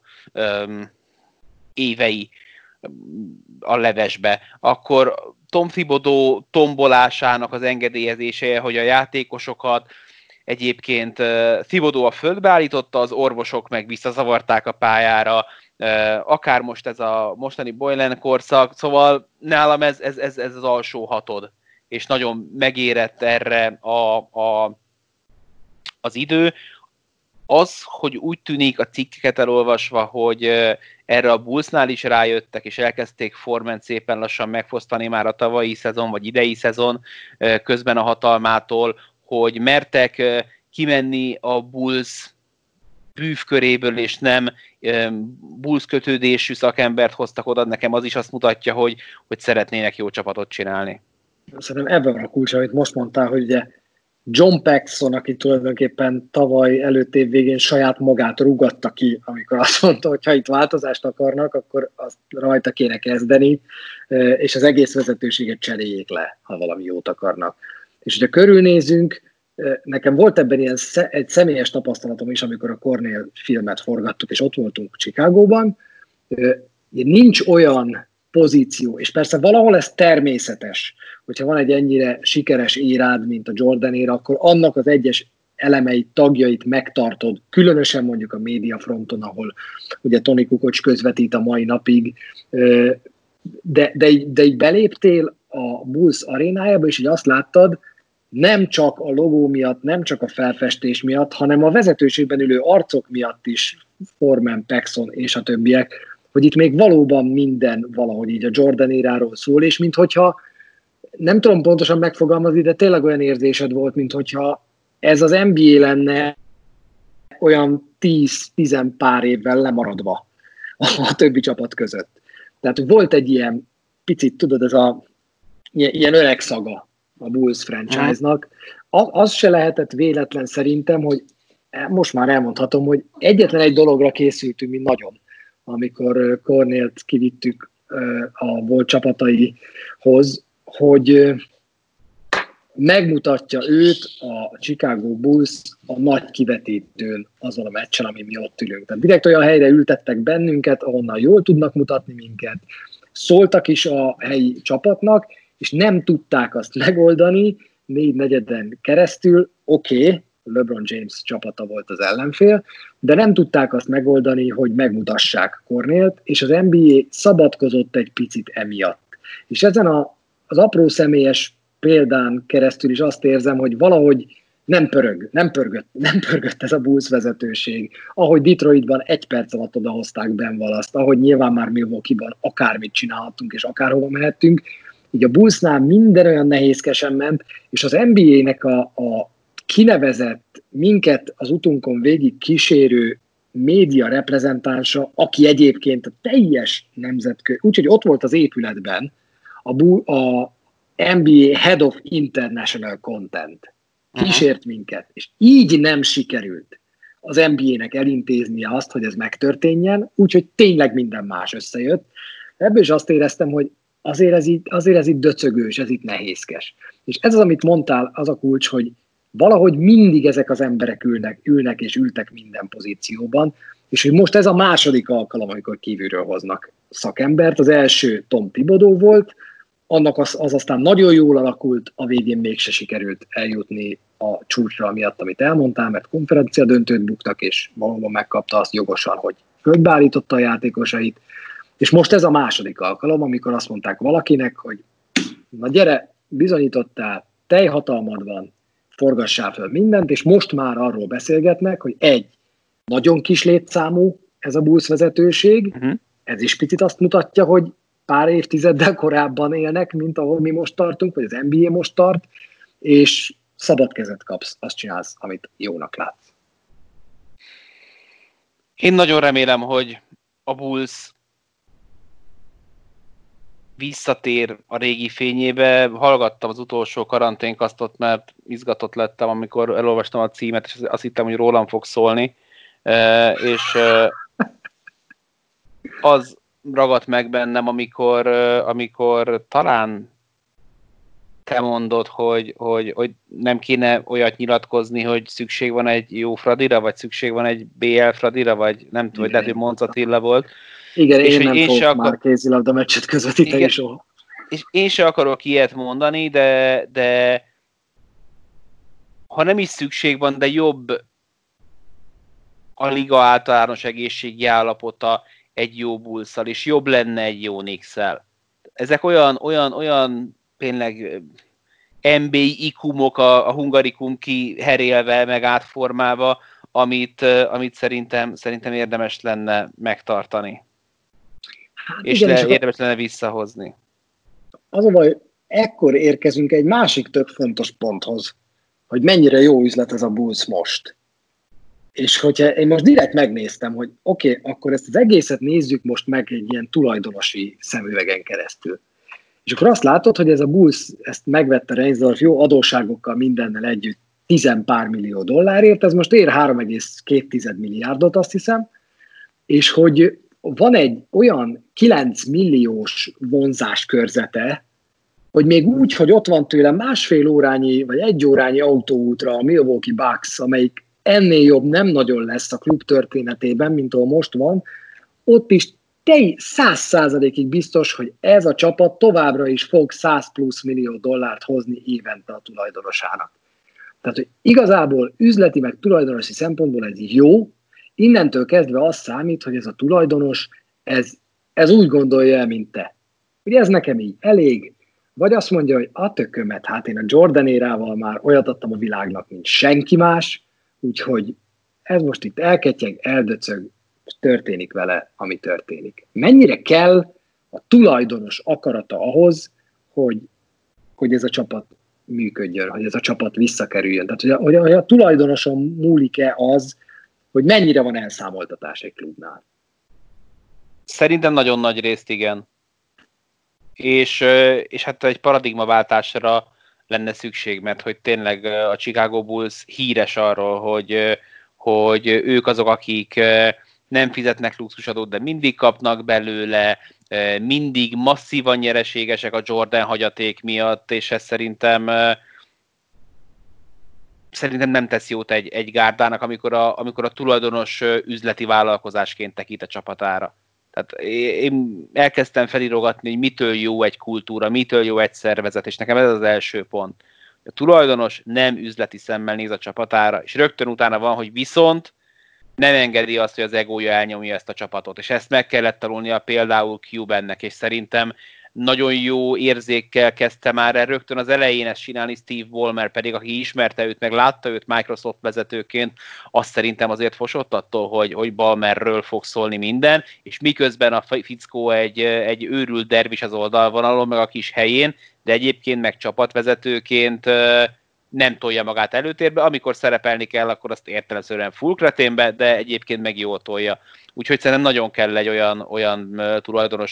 évei a levesbe. Akkor Tom Thibodeau tombolásának az engedélyezése, hogy a játékosokat egyébként Thibodeau a földbe állította, az orvosok meg visszazavarták a pályára, akár most ez a mostani Boylan korszak, szóval nálam ez az alsó hatod, és nagyon megérett erre az idő. Az, hogy úgy tűnik a cikkeket elolvasva, hogy erre a Bullsnál is rájöttek, és elkezdték Forment szépen lassan megfosztani már a tavalyi szezon, vagy idei szezon közben a hatalmától, hogy mertek kimenni a Bulls bűvköréből, és nem Bulls kötődésű szakembert hoztak oda, nekem az is azt mutatja, hogy szeretnének jó csapatot csinálni. Szerintem ebben van a kulcs, amit most mondtál, hogy ugye John Paxson, aki tulajdonképpen tavaly előtt év végén saját magát rúgatta ki, amikor azt mondta, hogy ha itt változást akarnak, akkor azt rajta kéne kezdeni, és az egész vezetőséget cseréljék le, ha valami jót akarnak. És hogyha körülnézünk, nekem volt ebben egy személyes tapasztalatom is, amikor a Cornél filmet forgattuk, és ott voltunk Chicagóban. Nincs olyan pozíció, és persze valahol ez természetes, hogyha van egy ennyire sikeres érád, mint a Jordanéra, akkor annak az egyes elemeit, tagjait megtartod, különösen mondjuk a médiafronton, ahol ugye Tony Kukoc közvetít a mai napig, de így beléptél a Bulls arénájába, és így azt láttad, nem csak a logó miatt, nem csak a felfestés miatt, hanem a vezetőségben ülő arcok miatt is, Foreman, Paxson és a többiek, hogy itt még valóban minden valahogy így a Jordan éráról szól, és minthogyha, nem tudom pontosan megfogalmazni, de tényleg olyan érzésed volt, minthogyha ez az NBA lenne olyan 10 pár évvel lemaradva a többi csapat között. Tehát volt egy ilyen picit, tudod, ez ilyen öreg szaga a Bulls franchise-nak. Az se lehetett véletlen szerintem, hogy most már elmondhatom, hogy egyetlen egy dologra készültünk mi nagyon, amikor Cornélt kivittük a volt csapataihoz, hogy megmutatja őt a Chicago Bulls a nagy kivetítőn azon a meccsen, amin mi ott ülünk. Tehát direkt olyan helyre ültettek bennünket, ahonnan jól tudnak mutatni minket, szóltak is a helyi csapatnak, és nem tudták azt megoldani 4/4 keresztül, oké, LeBron James csapata volt az ellenfél, de nem tudták azt megoldani, hogy megmutassák Cornélt, és az NBA szabadkozott egy picit emiatt. És ezen az apró személyes példán keresztül is azt érzem, hogy valahogy nem pörgött ez a Bulls vezetőség. Ahogy Detroitban 1 perc alatt odahozták Ben Wallace-t, ahogy nyilván már Milwaukee-ban akármit csinálhatunk, és akárhova mehettünk, így a Bullsnál minden olyan nehézkesen ment, és az NBA-nek a kinevezett, minket az utunkon végig kísérő média reprezentánsa, aki egyébként a teljes nemzetközi, úgyhogy ott volt az épületben a NBA Head of International Content, kísért minket, és így nem sikerült az NBA-nek elintéznie azt, hogy ez megtörténjen, úgyhogy tényleg minden más összejött. Ebből is azt éreztem, hogy azért ez itt döcögős, ez itt nehézkes. És ez az, amit mondtál, az a kulcs, hogy valahogy mindig ezek az emberek ülnek és ültek minden pozícióban, és hogy most ez a második alkalom, amikor kívülről hoznak szakembert. Az első Tom Thibodeau volt, annak az aztán nagyon jól alakult, a végén mégse sikerült eljutni a csúcsra miatt, amit elmondtál, mert konferencia döntőt buktak, és valóban megkapta azt jogosan, hogy földbeállította a játékosait. És most ez a második alkalom, amikor azt mondták valakinek, hogy na gyere, bizonyítottál, teljhatalmad van, forgassál föl mindent, és most már arról beszélgetnek, hogy nagyon kis létszámú ez a Bulls vezetőség, ez is picit azt mutatja, hogy pár évtizeddel korábban élnek, mint ahol mi most tartunk, vagy az NBA most tart, és szabad kezet kapsz, azt csinálsz, amit jónak látsz. Én nagyon remélem, hogy a Bulls visszatér a régi fényébe. Hallgattam az utolsó karanténkasztot, mert izgatott lettem, amikor elolvastam a címet, és azt hittem, hogy rólam fog szólni. És az ragadt meg bennem, amikor talán te mondod, hogy nem kéne olyat nyilatkozni, hogy szükség van egy jó Fradira, vagy szükség van egy BL Fradira, vagy nem tudom, hogy lehet, hogy Monc Attila volt. Igen, és én nem fogok már kézilabda meccset közvetíteni soha. És én se akarok ilyet mondani, de ha nem is szükség van, de jobb a liga általános egészségi állapota egy jó Bullsszal, és jobb lenne egy jó Knickszel. Ezek olyan tényleg NBA ikumok a Hungarikum kiherélve, meg átformálva, amit szerintem érdemes lenne megtartani. Hát és igen, érdemes lenne visszahozni. Az a baj, ekkor érkezünk egy másik tök fontos ponthoz, hogy mennyire jó üzlet ez a Bulls most. És hogyha én most direkt megnéztem, hogy oké, akkor ezt az egészet nézzük most meg egy ilyen tulajdonosi szemüvegen keresztül. És akkor azt látod, hogy ez a Bulls ezt megvette Reinsdorf jó adósságokkal mindennel együtt 10 pár millió dollárért, ez most ér 3,2 milliárdot, azt hiszem, és hogy van egy olyan 9 milliós vonzás körzete, hogy még úgy, hogy ott van tőle 1,5 órányi vagy 1 órányi autóútra a Milwaukee Bucks, amelyik ennél jobb nem nagyon lesz a klub történetében, mint ahol most van, ott is 100%-ig biztos, hogy ez a csapat továbbra is fog 100 plusz millió dollárt hozni évente a tulajdonosának. Tehát, hogy igazából üzleti meg tulajdonosi szempontból ez jó, innentől kezdve az számít, hogy ez a tulajdonos, ez úgy gondolja el, mint te. Hogy ez nekem így elég, vagy azt mondja, hogy a tökömet, hát én a Jordan érával már olyat adtam a világnak, mint senki más, úgyhogy ez most itt elketyeg, eldöcög, és történik vele, ami történik. Mennyire kell a tulajdonos akarata ahhoz, hogy ez a csapat működjön, hogy ez a csapat visszakerüljön. Tehát, hogy a tulajdonoson múlik-e az, hogy mennyire van elszámoltatás egy klubnál? Szerintem nagyon nagy részt igen. És hát egy paradigmaváltásra lenne szükség, mert hogy tényleg a Chicago Bulls híres arról, hogy ők azok, akik nem fizetnek luxusadót, de mindig kapnak belőle, mindig masszívan nyereségesek a Jordan hagyaték miatt, és ez szerintem nem tesz jót egy gárdának, amikor a tulajdonos üzleti vállalkozásként tekint a csapatára. Tehát én elkezdtem felírogatni, hogy mitől jó egy kultúra, mitől jó egy szervezet, és nekem ez az első pont. A tulajdonos nem üzleti szemmel néz a csapatára, és rögtön utána van, hogy viszont nem engedi azt, hogy az egója elnyomja ezt a csapatot. És ezt meg kellett tanulnia például Cubannek, és szerintem nagyon jó érzékkel kezdte már rögtön az elején ezt csinálni Steve Ballmer, pedig aki ismerte őt, meg látta őt Microsoft vezetőként, azt szerintem azért fosott attól, hogy Ballmerről fog szólni minden, és miközben a fickó egy őrült dervis az oldalvonalon, meg a kis helyén, de egyébként meg csapatvezetőként nem tolja magát előtérbe, amikor szerepelni kell, akkor azt értelemszerűen full kreténbe, de egyébként meg jól tolja. Úgyhogy szerintem nagyon kell egy olyan tulajdonos,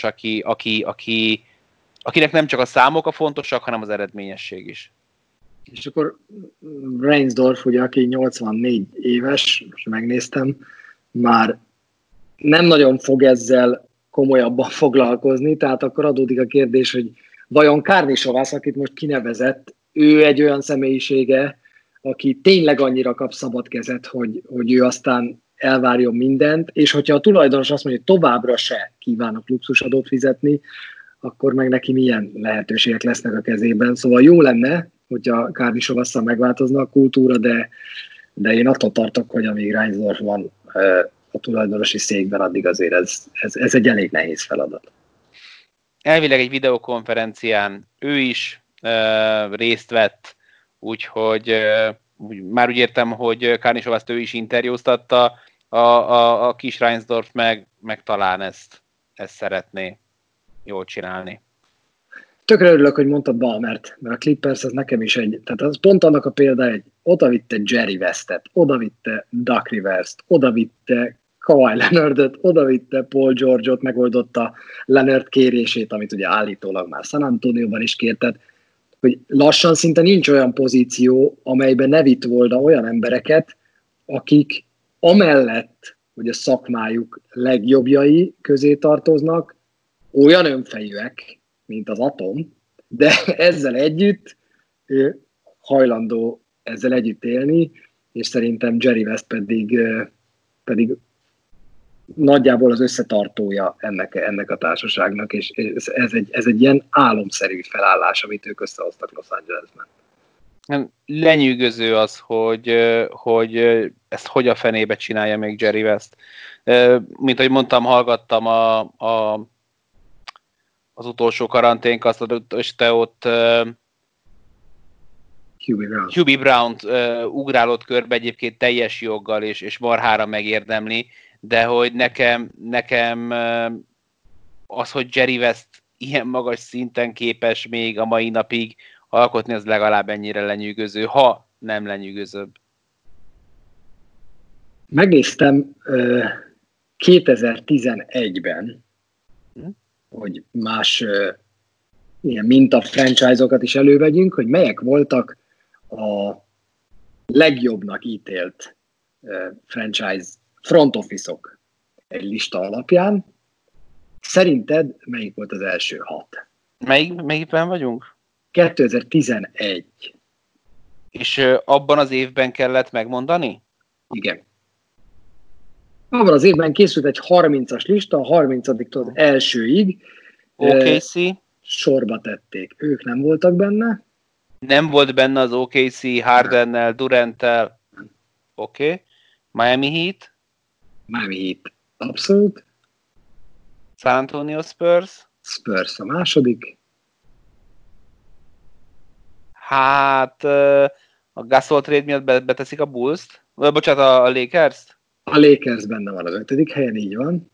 akinek nem csak a számok a fontosak, hanem az eredményesség is. És akkor Reinsdorf, ugye, aki 84 éves, most megnéztem, már nem nagyon fog ezzel komolyabban foglalkozni, tehát akkor adódik a kérdés, hogy vajon Karnišovas, akit most kinevezett, ő egy olyan személyisége, aki tényleg annyira kap szabad kezet, hogy ő aztán elvárjon mindent, és hogyha a tulajdonos azt mondja, hogy továbbra se kívánok luxusadót fizetni, akkor meg neki milyen lehetőségek lesznek a kezében. Szóval jó lenne, hogyha Karnišovasszal megváltozna a kultúra, de én attól tartok, hogy amíg Reinsdorf van a tulajdonosi székben, addig azért ez egy elég nehéz feladat. Elvileg egy videokonferencián ő is részt vett, úgyhogy már úgy értem, hogy Karnišovast ő is interjúztatta, a kis Reinsdorf meg talán ezt szeretné jól csinálni. Tökre örülök, hogy mondtad Ballmert, mert a Clippers az nekem is tehát az pont annak a példája, hogy odavitte Jerry Westet, odavitte Doc Rivers-t, odavitte Kawhi Leonardot, odavitte Paul George-ot, megoldotta Leonard kérését, amit ugye állítólag már San Antonioban is kérted, hogy lassan szinte nincs olyan pozíció, amelyben ne vitt volna olyan embereket, akik amellett, hogy a szakmájuk legjobbjai közé tartoznak, olyan önfejűek, mint az atom, de ezzel együtt hajlandó ezzel együtt élni, és szerintem Jerry West pedig nagyjából az összetartója ennek a társaságnak, és ez egy ilyen álomszerű felállás, amit ők összehoztak Los Angelesben. Lenyűgöző az, hogy ezt hogy a fenébe csinálja még Jerry West. Mint ahogy mondtam, hallgattam az utolsó karanténkaszt, és te ott Hubie Brown-t ugrálott körbe egyébként teljes joggal, és marhára megérdemli, de hogy nekem az, hogy Jerry West ilyen magas szinten képes még a mai napig alkotni, az legalább ennyire lenyűgöző, ha nem lenyűgözőbb. Megnéztem 2011-ben, hogy más ilyen minta franchise-okat is elővegyünk, hogy melyek voltak a legjobbnak ítélt franchise front office-ok egy lista alapján. Szerinted melyik volt az első 6? Melyikben vagyunk? 2011. És abban az évben kellett megmondani? Igen. Abban az évben készült egy 30-as lista, a 30-tól elsőig. OKC? Sorba tették. Ők nem voltak benne. Nem volt benne az OKC, Hardennel, Duranttel. Oké. Miami Heat? Miami Heat. Abszolút. San Antonio Spurs? Spurs a második. Hát a Gasol trade miatt beteszik a Bulls-t? Bocsánat, a Lakers-t? A Lakers benne van az 5. helyen, így van.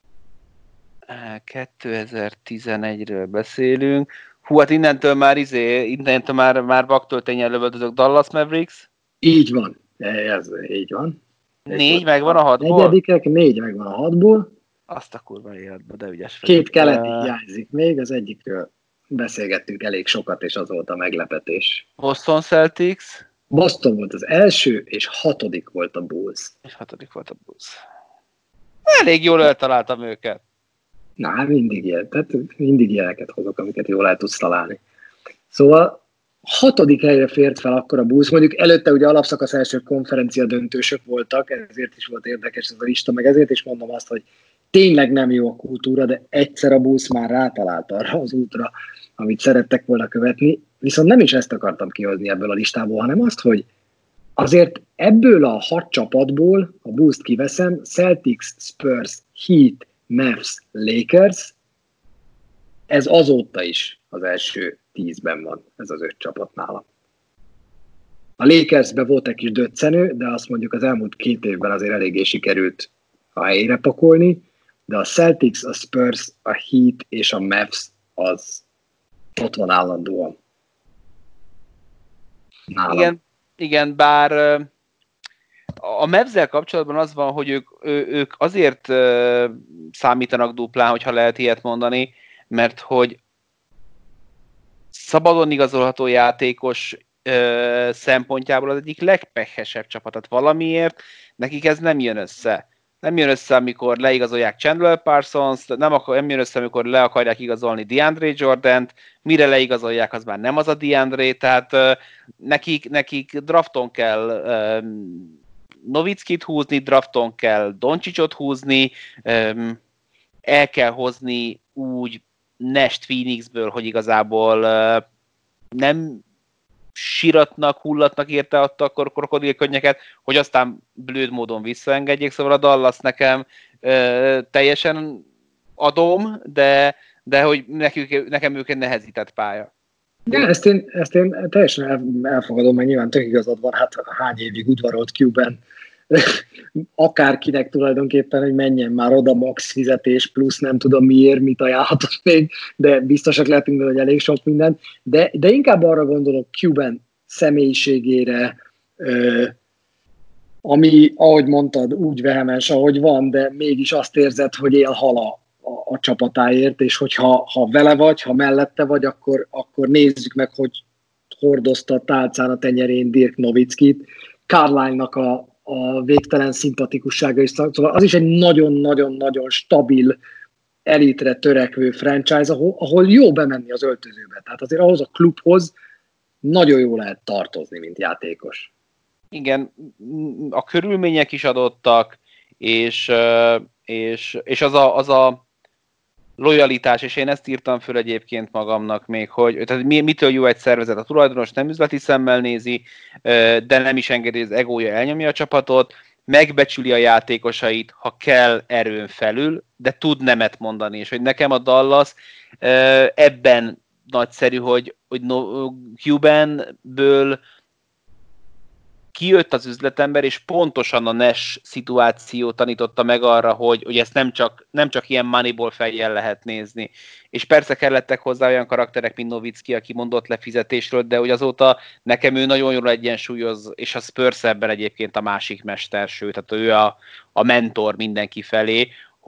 2011-ről beszélünk. Hú, hát innentől már vaktöltényen lövöldözök. Dallas Mavericks? Így van. Ez így van. 4 megvan a 6-ból? Negyedikek, 4 megvan a 6-ból. Azt a kurva életbe, de ügyes vagy. 2 keleti hiányzik még, az egyikről beszélgettünk elég sokat, és az volt a meglepetés. Boston Celtics? Boston volt az első, és 6. volt a Bulls. És 6. volt a Bulls. Elég jól eltaláltam őket. Na, mindig ilyeneket hozok, amiket jól el tudsz találni. Szóval 6. helyre fért fel akkor a Bulls, mondjuk előtte ugye alapszakasz első konferencia döntősök voltak, ezért is volt érdekes ez a lista, meg ezért is mondom azt, hogy tényleg nem jó a kultúra, de egyszer a Bulls már rátalált arra az útra, amit szerettek volna követni, viszont nem is ezt akartam kihozni ebből a listából, hanem azt, hogy azért ebből a 6 csapatból, a Bulls-t kiveszem, Celtics, Spurs, Heat, Mavs, Lakers, ez azóta is az első 10-ben van, ez az 5 csapat nálam. A Lakersben volt egy kis döccenő, de azt mondjuk az elmúlt 2 évben azért eléggé sikerült a helyére pakolni, de a Celtics, a Spurs, a Heat és a Mavs az ott van állandóan. Nálam. Igen, bár a Mavs-zel kapcsolatban az van, hogy ők azért számítanak duplán, hogyha lehet ilyet mondani, mert hogy szabadon igazolható játékos szempontjából az egyik legpehesebb csapat. Tehát valamiért nekik ez nem jön össze. Nem jön össze, amikor leigazolják Chandler Parsons, nem jön össze, amikor le akarják igazolni DeAndre Jordant, mire leigazolják, az már nem az a DeAndre, tehát nekik drafton kell Nowitzkit húzni, drafton kell Doncsicsot húzni, el kell hozni úgy Nest Phoenixből, hogy igazából nem siratnak, hullatnak érte adta akkor krokodilkönnyeket, hogy aztán blőd módon visszaengedjék, szóval a Dallas nekem teljesen adom, de hogy nekem őket nehezített pálya. Ja, ezt én teljesen elfogadom, mert nyilván tök igazad van, hát hány évig udvarolt Q-ben akárkinek tulajdonképpen, hogy menjen már oda max fizetés, plusz nem tudom miért, mit ajánlhatott még, de biztosak lehetünk benne, hogy elég sok minden, de inkább arra gondolok Q-ben személyiségére, ami, ahogy mondtad, úgy vehemens, ahogy van, de mégis azt érzed, hogy él-hal a csapatáért, és hogyha vele vagy, ha mellette vagy, akkor nézzük meg, hogy hordozta a tálcán a tenyerén Dirk Nowitzkit, Carlisle-nak a végtelen szimpatikussága is, szóval az is egy nagyon-nagyon-nagyon stabil, elitre törekvő franchise, ahol jó bemenni az öltözőbe. Tehát azért ahhoz a klubhoz nagyon jó lehet tartozni, mint játékos. Igen, a körülmények is adottak, és az a lojalitás, és én ezt írtam föl egyébként magamnak még, hogy tehát mitől jó egy szervezet? A tulajdonos nem üzleti szemmel nézi, de nem is engedi, hogy az egója elnyomja a csapatot, megbecsüli a játékosait, ha kell erőn felül, de tud nemet mondani, és hogy nekem a Dallas ebben nagyszerű, hogy Cubanből kijött az üzletember, és pontosan a Nash szituáció tanította meg arra, hogy ezt nem csak ilyen Moneyball fejjel lehet nézni. És persze kellettek hozzá olyan karakterek, mint Nowitzki, aki mondott le fizetésről, de hogy azóta nekem ő nagyon jól egyensúlyoz, és a Spurs ebben egyébként a másik mester, sőt, tehát ő a mentor mindenki felé,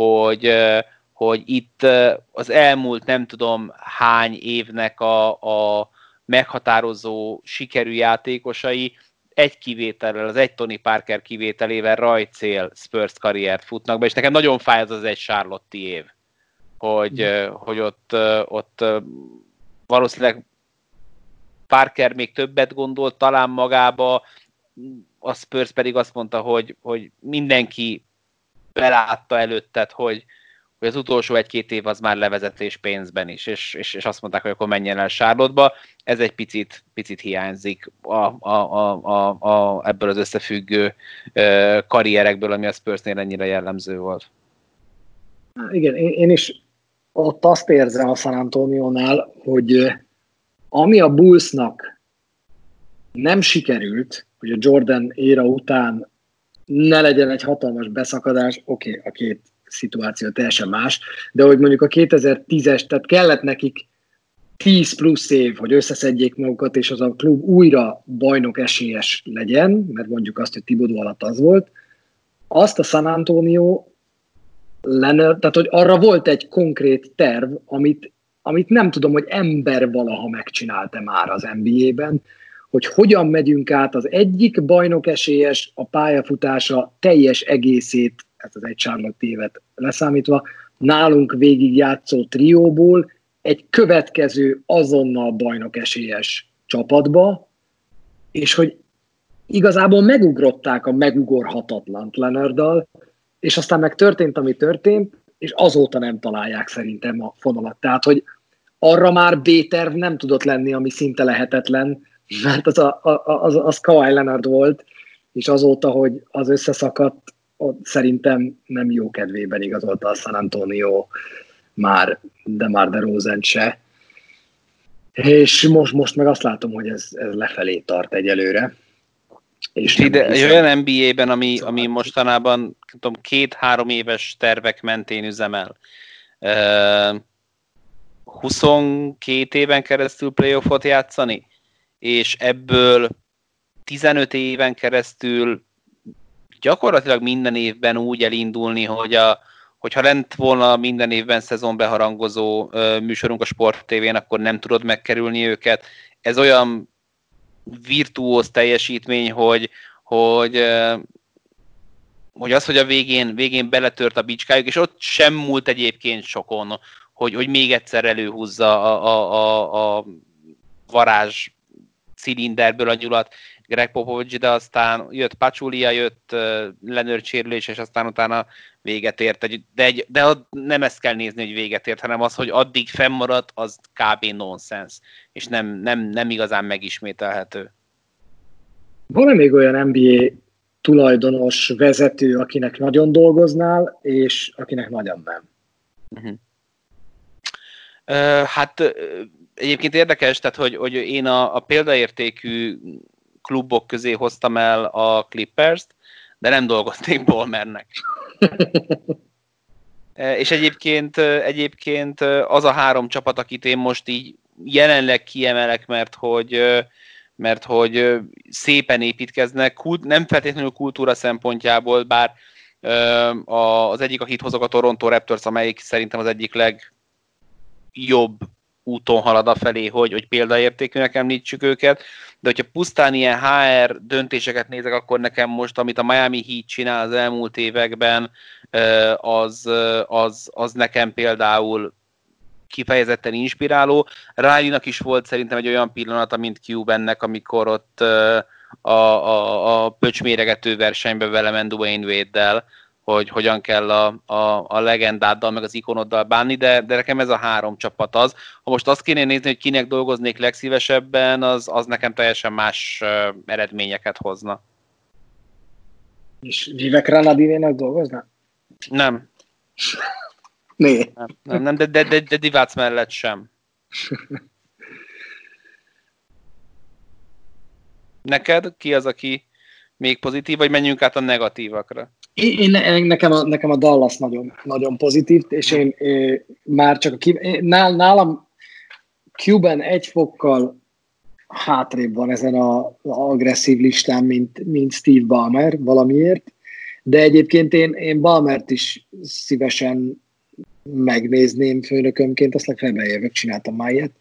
hogy itt az elmúlt nem tudom hány évnek a meghatározó sikerű játékosai egy kivétellel, az egy Tony Parker kivételével rajtcél Spurs karriert futnak be, és nekem nagyon fáj az egy Charlotte-i év, hogy ott valószínűleg Parker még többet gondolt talán magába, a Spurs pedig azt mondta, hogy mindenki belátta előtted, hogy az utolsó egy-két év az már levezetés pénzben is, és azt mondták, hogy akkor menjen el Charlotte-ba. Ez egy picit hiányzik ebből az összefüggő karrierekből, ami a Spursnél ennyire jellemző volt. Igen, én is ott azt érzem a San Antoniónál, hogy ami a Bullsnak nem sikerült, hogy a Jordan éra után ne legyen egy hatalmas beszakadás, oké, a két szituáció teljesen más, de hogy mondjuk a 2010-es, tehát kellett nekik 10 plusz év, hogy összeszedjék magukat, és az a klub újra bajnok esélyes legyen, mert mondjuk azt, hogy Thibodeau alatt az volt, azt a San Antonio tehát hogy arra volt egy konkrét terv, amit nem tudom, hogy ember valaha megcsinálta már az NBA-ben, hogy hogyan megyünk át az egyik bajnok esélyes a pályafutása teljes egészét, ezt az egy Charlotte évet leszámítva, nálunk végig játszó trióból egy következő azonnal bajnok esélyes csapatba, és hogy igazából megugrották a megugorhatatlant Leonarddal, és aztán meg történt, ami történt, és azóta nem találják szerintem a fonalat. Tehát, hogy arra már B-terv nem tudott lenni, ami szinte lehetetlen, mert az Kawhi Leonard volt, és azóta, hogy az összeszakadt, szerintem nem jó kedvében igazolta a San Antonio már DeMar DeRozan se. És most meg azt látom, hogy ez lefelé tart egyelőre. És olyan NBA-ben, ami mostanában 2-3 éves tervek mentén üzemel. 22 éven keresztül playoffot játszani, és ebből 15 éven keresztül gyakorlatilag minden évben úgy elindulni, hogyha lent volna minden évben szezonbeharangozó műsorunk a Sport TV-n, akkor nem tudod megkerülni őket. Ez olyan virtuóz teljesítmény, hogy az, hogy a végén beletört a bicskájuk, és ott sem múlt egyébként sokon, hogy még egyszer előhúzza a varázs cilinderből a nyulat Greg Popovich, de aztán jött Pachulia, jött Leonard sérülés, és aztán utána véget ért. De nem ezt kell nézni, hogy véget ért, hanem az, hogy addig fennmaradt, az kb. Nonsense, és nem igazán megismételhető. Van-e még olyan NBA tulajdonos, vezető, akinek nagyon dolgoznál, és akinek nagyon nem? Uh-huh. Hát egyébként érdekes, tehát hogy én a példaértékű klubok közé hoztam el a Clippers-t, de nem dolgoznék Ballmernek. És egyébként az a 3 csapat, akit én most így jelenleg kiemelek, mert hogy szépen építkeznek, nem feltétlenül kultúra szempontjából, bár az egyik, akit hozok, a Toronto Raptors, amelyik szerintem az egyik legjobb úton halad afelé, hogy példaértékűnek említsük őket, de hogyha pusztán ilyen HR döntéseket nézek, akkor nekem most, amit a Miami Heat csinál az elmúlt években, az nekem például kifejezetten inspiráló. Riley-nak is volt szerintem egy olyan pillanata, mint Cubannek, amikor ott a pöcsméregető versenybe vele ment Dwayne Wade-del, hogy hogyan kell a legendáddal, meg az ikonoddal bánni, de nekem ez a 3 csapat az. Ha most azt kéne nézni, hogy kinek dolgoznék legszívesebben, az nekem teljesen más eredményeket hozna. És Vivek Ranadinének dolgozna? Nem. Né. Nem, de Divac mellett sem. Neked ki az, aki még pozitív, vagy menjünk át a negatívakra? Nekem a Dallas nagyon, nagyon pozitív, és én már csak nálam Cuban egy fokkal hátrébb van ezen az agresszív listán, mint Steve Ballmer valamiért, de egyébként én Ballmert is szívesen megnézném főnökömként, azt legfeljebb eljövök, csináltam már ilyet,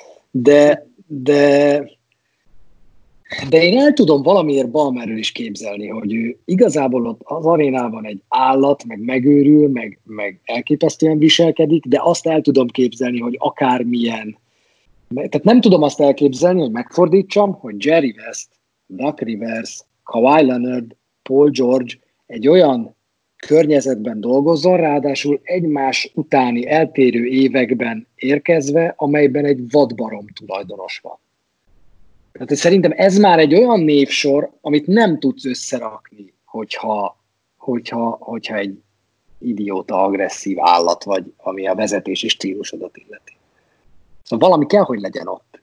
de én el tudom valamiért Ballmerről is képzelni, hogy ő igazából ott az arénában egy állat, meg megőrül, meg elképesztően viselkedik, de azt el tudom képzelni, hogy akármilyen. Tehát nem tudom azt elképzelni, hogy megfordítsam, hogy Jerry West, Doc Rivers, Kawhi Leonard, Paul George egy olyan környezetben dolgozzon, ráadásul egymás utáni eltérő években érkezve, amelyben egy vadbarom tulajdonos van. Tehát szerintem ez már egy olyan névsor, amit nem tudsz összerakni, hogyha egy idióta, agresszív állat vagy, ami a vezetési stílusodat illeti. Szóval valami kell, hogy legyen ott.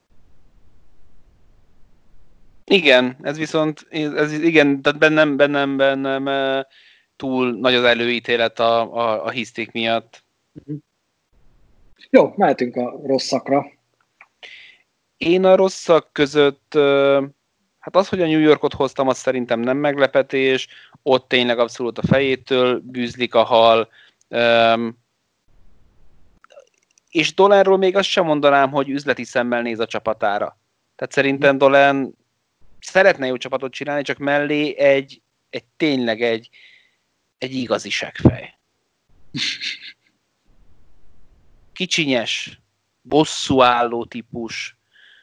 Igen, ez viszont, igen, tehát bennem túl nagy az előítélet a hiszték miatt. Jó, mehetünk a rosszakra. Én a rosszak között, hát az, hogy a New Yorkot hoztam, az szerintem nem meglepetés, ott tényleg abszolút a fejétől bűzlik a hal, és Dolanról még azt sem mondanám, hogy üzleti szemmel néz a csapatára. Tehát szerintem Dolan szeretne jó csapatot csinálni, csak mellé tényleg egy igazi seggfej. Kicsinyes, bosszúálló típus,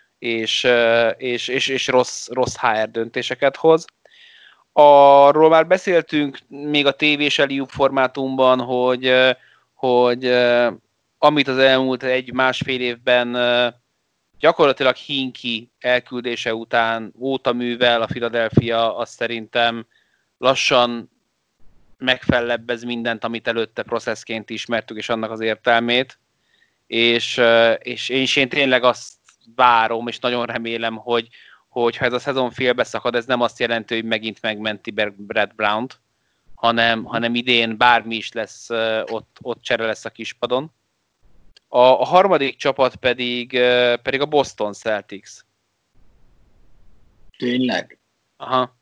és rossz HR döntéseket hoz. Arról már beszéltünk még a tévés Eliup formátumban, hogy amit az elmúlt 1-1,5 évben gyakorlatilag Hinkie elküldése óta művel a Philadelphia, azt szerintem lassan megfellebbez mindent, amit előtte processzként ismertük, és annak az értelmét. És én tényleg azt várom, és nagyon remélem, hogy ha ez a szezon félbeszakad, ez nem azt jelenti, hogy megint megmenti Brad Brownt, hanem idén bármi is lesz, ott csere lesz a kispadon. A harmadik csapat pedig a Boston Celtics. Tényleg? Aha.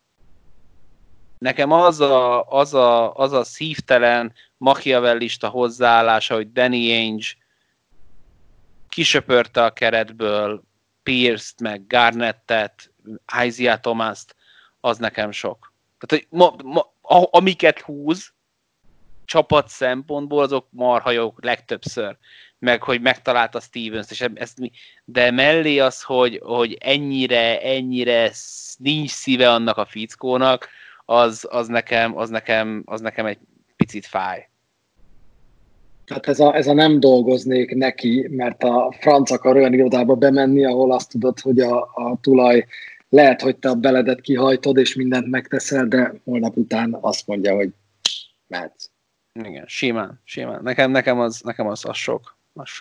Nekem az a szívtelen, machiavellista hozzáállása, hogy Danny Ainge kisöpörte a keretből Pierce-t, meg Garnettet, Isaiah Thomas-t, az nekem sok. Tehát, hogy amiket húz csapat szempontból, azok marha jók legtöbbször. Meg, hogy megtalálta Stevens-t, és de mellé az, hogy ennyire nincs szíve annak a fickónak, az nekem egy picit fáj. Tehát ez a nem dolgoznék neki, mert a franc akar olyan irodába bemenni, ahol azt tudod, hogy a tulaj lehet, hogy te a beledet kihajtod, és mindent megteszel, de holnap után azt mondja, hogy mehetsz. Igen, simán. Nekem az sok.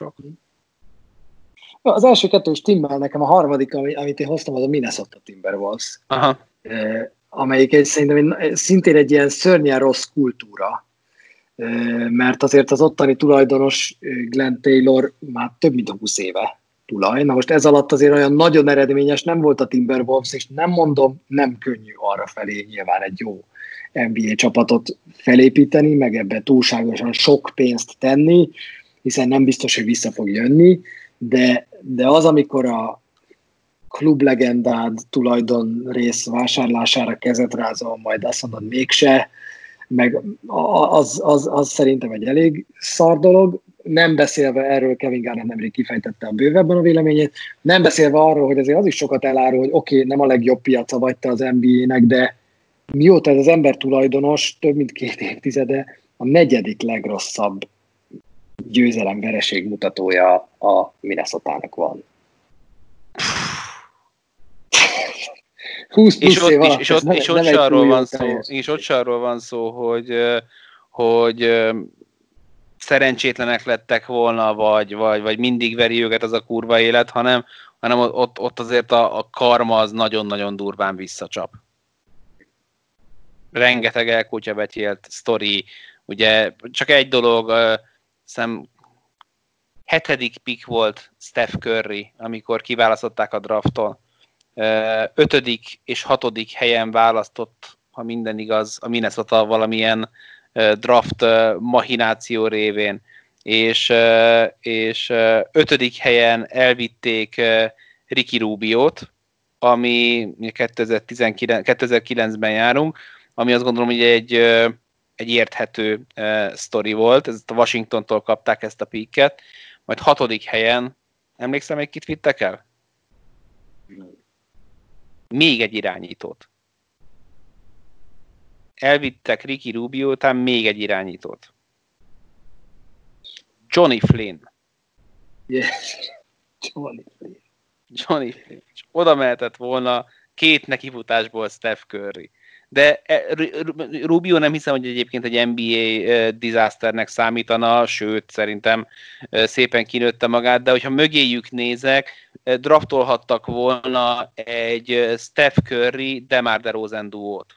Az első kettő is timmel, nekem a harmadik, amit én hoztam, az a Minnesota Timberwolves. Aha. Amelyik szerintem szintén egy ilyen szörnyen rossz kultúra, mert azért az ottani tulajdonos Glenn Taylor már több mint 20 éve tulaj. Na most ez alatt azért olyan nagyon eredményes nem volt a Timberwolves, és nem mondom, nem könnyű arra felé nyilván egy jó NBA csapatot felépíteni, meg ebbe túlságosan sok pénzt tenni, hiszen nem biztos, hogy vissza fog jönni, de az, amikor a klublegendád tulajdonrész vásárlására kezet rázol, majd azt mondod mégse, meg az szerintem egy elég szar dolog, nem beszélve erről, Kevin Garnett nemrég kifejtette a bővebben a véleményét, nem beszélve arról, hogy azért az is sokat elárul, hogy oké, nem a legjobb piaca vagy te az NBA-nek, mióta ez az ember tulajdonos, több mint 2 évtizede a 4. legrosszabb győzelem-vereség mutatója a Minnesotának van. 20 plusz év alatt, és ott se arról van szó, hogy szerencsétlenek lettek volna, vagy mindig veri őket az a kurva élet, hanem ott azért a karma az nagyon-nagyon durván visszacsap. Rengeteg elkutyabetyélt sztori, ugye csak egy dolog, hiszem 7. pick volt Steph Curry, amikor kiválasztották a drafton. 5. és 6. helyen választott, ha minden igaz, a Minnesota valamilyen draft machináció révén, és 5. helyen elvitték Ricky Rubiót, ami 2009-ben járunk, ami azt gondolom, hogy egy érthető sztori volt, ezt a Washingtontól kapták ezt a picket, majd 6. helyen, emlékszem, hogy kit vittek el? Még egy irányítót. Elvittek Ricky Rubio után még egy irányítót. Johnny Flynn. Yes. Johnny Flynn. És oda mehetett volna 2 nekifutásból Steph Curry. De Rubio nem hiszem, hogy egyébként egy NBA disasternek számítana, sőt, szerintem szépen kinőtte magát, de hogyha mögéjük nézek, draftolhattak volna egy Steph Curry, DeMar DeRozan duót.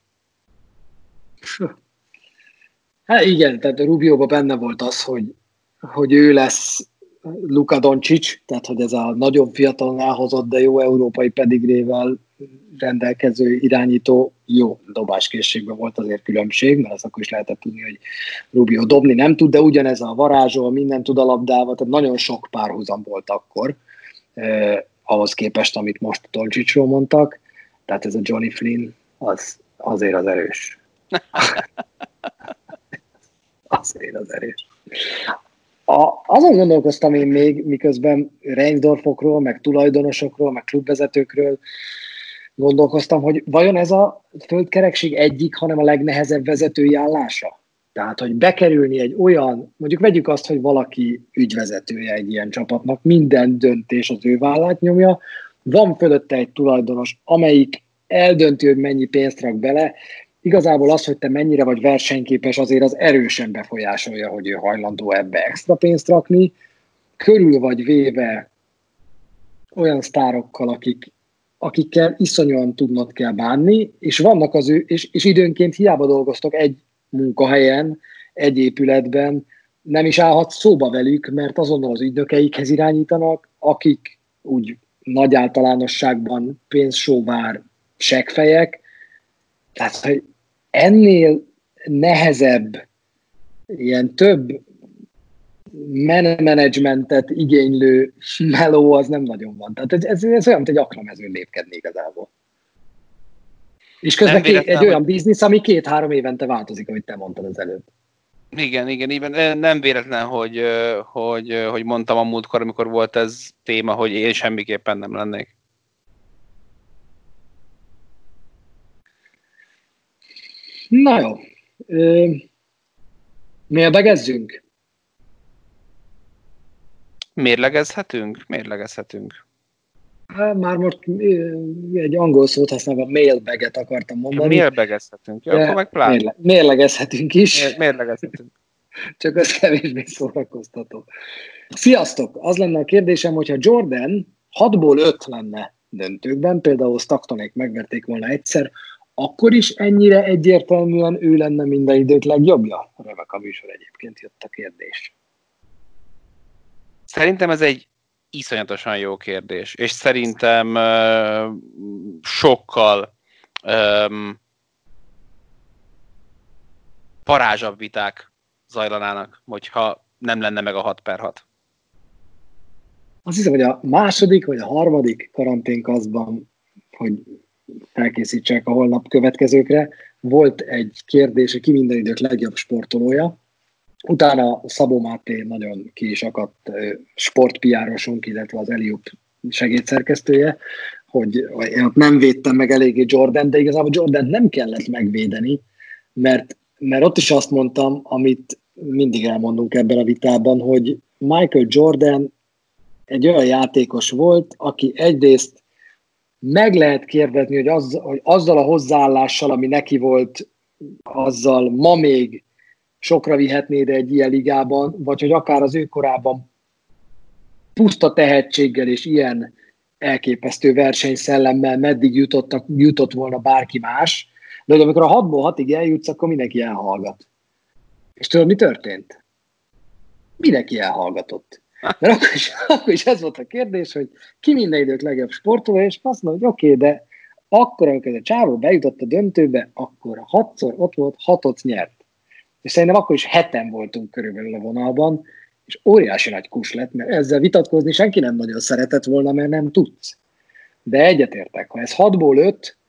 Hát igen, tehát Rubióban benne volt az, hogy ő lesz Luka Doncic, tehát hogy ez a nagyon fiatalon elhozott, de jó európai pedigrével rendelkező irányító, jó dobáskészségben volt azért különbség, mert azt akkor is lehetett tudni, hogy Rubio dobni nem tud, de ugyanez a varázsol, minden tud a labdával, tehát nagyon sok párhuzam volt akkor, ahhoz képest, amit most Doncicról mondtak, tehát ez a Johnny Flynn, azért az erős. Azért az erős. Azon gondolkoztam én még, miközben Reinsdorfokról, meg tulajdonosokról, meg klubvezetőkről gondolkoztam, hogy vajon ez a földkerekség egyik, hanem a legnehezebb vezetői állása? Tehát, hogy bekerülni egy olyan, mondjuk vegyük azt, hogy valaki ügyvezetője egy ilyen csapatnak, minden döntés az ő vállát nyomja, van fölötte egy tulajdonos, amelyik eldönti, hogy mennyi pénzt rak bele, igazából az, hogy te mennyire vagy versenyképes, azért az erősen befolyásolja, hogy ő hajlandó ebbe extra pénzt rakni. Körül vagy véve olyan sztárokkal, akikkel iszonyúan tudnod kell bánni, és vannak és időnként hiába dolgoztok egy munkahelyen, egy épületben, nem is állhat szóba velük, mert azonnal az ügynökeikhez irányítanak, akik úgy nagy általánosságban pénzsóvár seggfejek. Tehát, hogy ennél nehezebb, ilyen több menedzsmentet igénylő meló az nem nagyon van. Tehát ez olyan, mint egy aknamezőn lépkedni igazából. És közben egy olyan biznisz, ami 2-3 évente változik, ahogy te mondtad az előbb. Igen. Nem véletlen, hogy mondtam a múltkor, amikor volt ez téma, hogy én semmiképpen nem lennék. Na jó. Mérlegezzünk? Mérlegezhetünk. Már most egy angol szót használva, mailbaget akartam mondani. Mérlegezhetünk. Ja, akkor meg pláne. Mérlegezhetünk is. Mérlegezhetünk. Csak az kevésbé szórakoztató. Sziasztok! Az lenne a kérdésem, hogyha Jordan 6-ból 5 lenne döntőkben, például Stocktonék megverték volna egyszer, akkor is ennyire egyértelműen ő lenne minden idők legjobbja? Remek a műsor, egyébként jött a kérdés. Szerintem ez egy iszonyatosan jó kérdés, és szerintem sokkal parázsabb viták zajlanának, hogyha nem lenne meg a 6/6. Azt hiszem, hogy a második vagy a harmadik karanténkaszban, hogy felkészítsek a holnap következőkre, volt egy kérdés, hogy ki minden idők legjobb sportolója. Utána Szabó Máté nagyon ki is akadt sportpiárosunk, illetve az Eliup segédszerkesztője, hogy én ott nem védtem meg eléggé Jordan, de igazából Jordan nem kellett megvédeni, mert ott is azt mondtam, amit mindig elmondunk ebben a vitában, hogy Michael Jordan egy olyan játékos volt, aki egyrészt meg lehet kérdezni, hogy azzal a hozzáállással, ami neki volt, azzal ma még sokra vihetnéd egy ilyen ligában, vagy hogy akár az ő korában puszta tehetséggel és ilyen elképesztő versenyszellemmel meddig jutott volna bárki más, de hogy amikor a 6-ból 6-ig eljutsz, akkor mindenki elhallgat. És tudod, mi történt? Mindenki elhallgatott. Mert akkor is ez volt a kérdés, hogy ki minden idők legjobb sportoló, és azt mondom, hogy oké, de akkor, amikor a csávó bejutott a döntőbe, akkor 6-szor ott volt, 6-ot nyert. És szerintem akkor is 7-en voltunk körülbelül a vonalban, és óriási nagy kus lett, mert ezzel vitatkozni senki nem nagyon szeretett volna, mert nem tudsz. De egyetértek, ha ez 6-ból 5,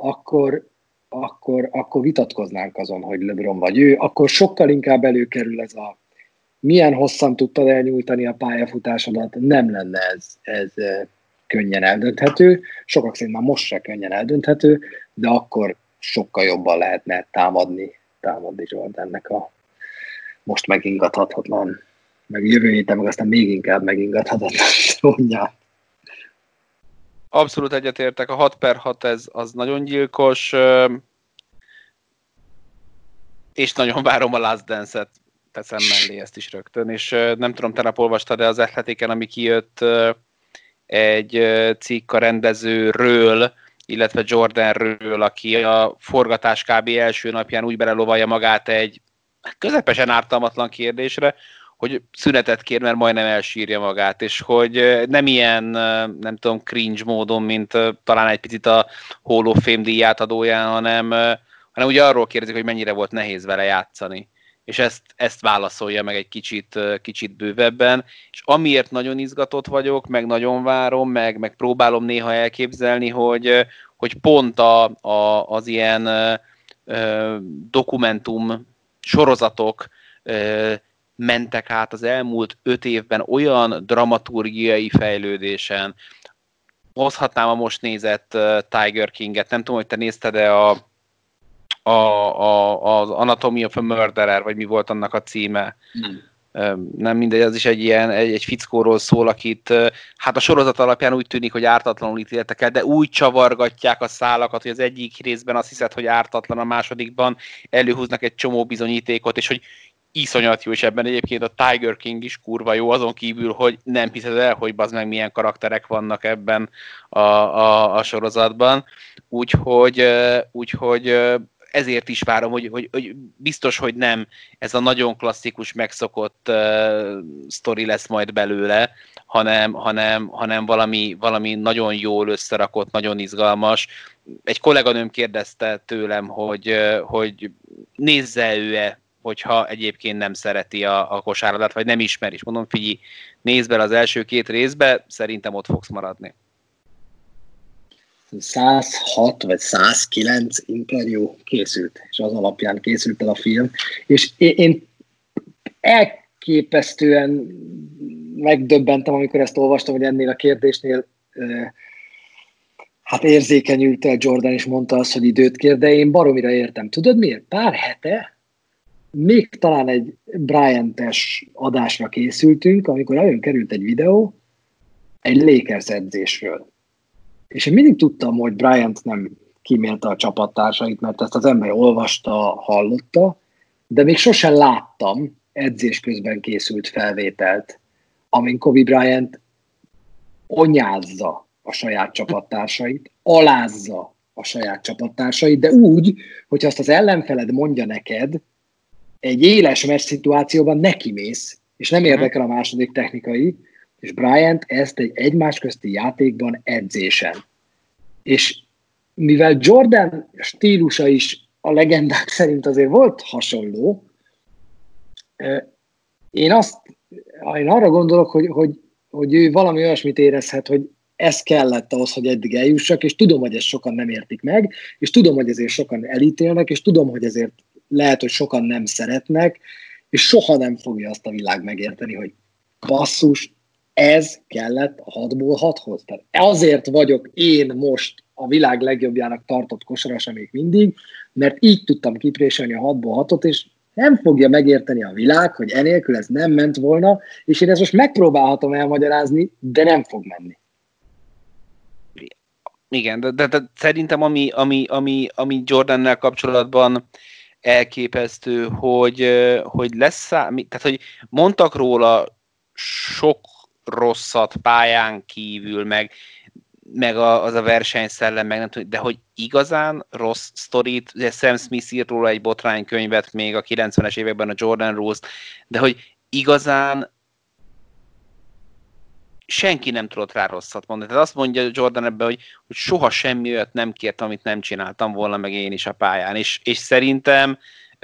akkor vitatkoznánk azon, hogy LeBron vagy ő, akkor sokkal inkább előkerül ez a milyen hosszan tudtad elnyújtani a pályafutásodat, nem lenne ez könnyen eldönthető, sokak szerint már most se könnyen eldönthető, de akkor sokkal jobban lehetne támadni Jordannek a most megingathatatlan, meg jövő héten meg aztán még inkább megingathatatlan trónját. Abszolút egyetértek, a 6/6 az nagyon gyilkos, és nagyon várom a Last Dance-et, teszem mellé ezt is rögtön, és nem tudom, tegnap olvastad, de az Athletiken, ami kijött egy cikk a rendezőről, illetve Jordanről, aki a forgatás kb. Első napján úgy belelovalja magát egy közepesen ártalmatlan kérdésre, hogy szünetet kér, mert majdnem elsírja magát, és hogy nem ilyen, nem tudom, cringe módon, mint talán egy picit a Hall of Fame díjátadóján, hanem ugye arról kérdezik, hogy mennyire volt nehéz vele játszani. És ezt válaszolja meg egy kicsit bővebben, és amiért nagyon izgatott vagyok, meg nagyon várom, meg próbálom néha elképzelni, hogy pont az ilyen dokumentum sorozatok mentek át az elmúlt 5 évben olyan dramaturgiai fejlődésen. Hozhatnám a most nézett Tiger King-et, nem tudom, hogy te nézted-e az Anatomy of a Murderer, vagy mi volt annak a címe. Nem mindegy, az is egy fickóról szól, akit hát a sorozat alapján úgy tűnik, hogy ártatlanul ítéltek el, de úgy csavargatják a szálakat, hogy az egyik részben azt hiszed, hogy ártatlan, a másodikban előhúznak egy csomó bizonyítékot, és hogy iszonyat jó, és ebben egyébként a Tiger King is kurva jó, azon kívül, hogy nem hiszed el, hogy bazd meg milyen karakterek vannak ebben a sorozatban. Úgyhogy ezért is várom, hogy biztos, hogy nem ez a nagyon klasszikus, megszokott sztori lesz majd belőle, hanem valami nagyon jól összerakott, nagyon izgalmas. Egy kolléganőm kérdezte tőlem, hogy nézze ő-e, hogyha egyébként nem szereti a kosárlabdát, vagy nem ismer is. Mondom, figyelj, nézd bele az első 2 részbe, szerintem ott fogsz maradni. 106 vagy 109 interjú készült, és az alapján készült el a film. És én elképesztően megdöbbentem, amikor ezt olvastam, hogy ennél a kérdésnél hát érzékenyült el Jordan, és mondta azt, hogy időt kér, de én baromira értem. Tudod miért? Pár hete még talán egy Bryant-es adásra készültünk, amikor nagyon került egy videó egy Lakers edzésről. És én mindig tudtam, hogy Bryant nem kímélte a csapattársait, mert ezt az ember olvasta, hallotta, de még sosem láttam edzés közben készült felvételt, amin Kobe Bryant onyázza a saját csapattársait, alázza a saját csapattársait, de úgy, hogy azt az ellenfeled mondja neked, egy éles meccs szituációban nekimész, és nem érdekel a második technikai, és Bryant ezt egy egymás közti játékban edzésen. És mivel Jordan stílusa is a legendák szerint azért volt hasonló, én arra gondolok, hogy ő valami olyasmit érezhet, hogy ez kellett ahhoz, hogy eddig eljussak, és tudom, hogy ezt sokan nem értik meg, és tudom, hogy ezért sokan elítélnek, és tudom, hogy ezért lehet, hogy sokan nem szeretnek, és soha nem fogja azt a világ megérteni, hogy basszus, ez kellett a 6-ból 6-hoz. Tehát azért vagyok én most a világ legjobbjának tartott kosaras még mindig, mert így tudtam kipréselni a 6-ból 6-ot, és nem fogja megérteni a világ, hogy enélkül ez nem ment volna, és én ezt most megpróbálhatom elmagyarázni, de nem fog menni. Igen, de szerintem ami Jordannel kapcsolatban elképesztő, hogy lesz tehát hogy mondtak róla sok rosszat pályán kívül, meg az a versenyszellem, meg nem tudom, de hogy igazán rossz sztorit, ugye Sam Smith írt róla egy botránykönyvet még a 90-es években, a Jordan Rules, de hogy igazán senki nem tudott rá rosszat mondani. Tehát azt mondja Jordan ebben, hogy soha semmi olyat nem kért, amit nem csináltam volna, meg én is a pályán. És szerintem...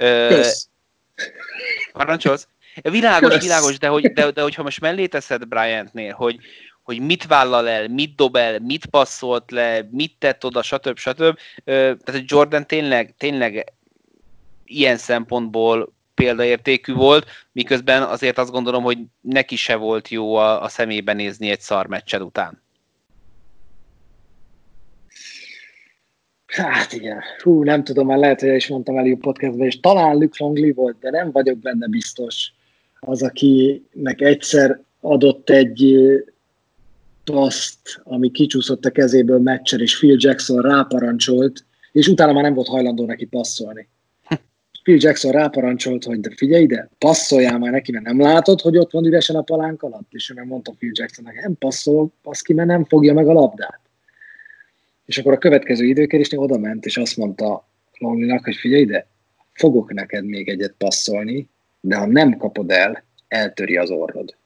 Parancsolsz? Világos, de hogyha most mellé teszed Bryantnél, hogy mit vállal el, mit dob el, mit passzolt le, mit tett oda, stb. Tehát Jordan tényleg ilyen szempontból példaértékű volt, miközben azért azt gondolom, hogy neki se volt jó a szemébe nézni egy szar meccsed után. Hát igen. Nem tudom, már lehet, hogy el is mondtam előbb podcastban, és talán Luke Longley volt, de nem vagyok benne biztos. Az, akinek egyszer adott egy paszt, ami kicsúszott a kezéből meccsen, és Phil Jackson ráparancsolt, és utána már nem volt hajlandó neki passzolni. Phil Jackson ráparancsolt, hogy de figyelj ide, passzoljál már neki, mert nem látod, hogy ott van üresen a palánk alatt? És ő megmondta Phil Jacksonnak, nem passzol, ki, mert nem fogja meg a labdát. És akkor a következő időkérésnél oda ment, és azt mondta Longleynak, hogy figyelj ide, fogok neked még egyet passzolni, de ha nem kapod el, eltöri az orrod.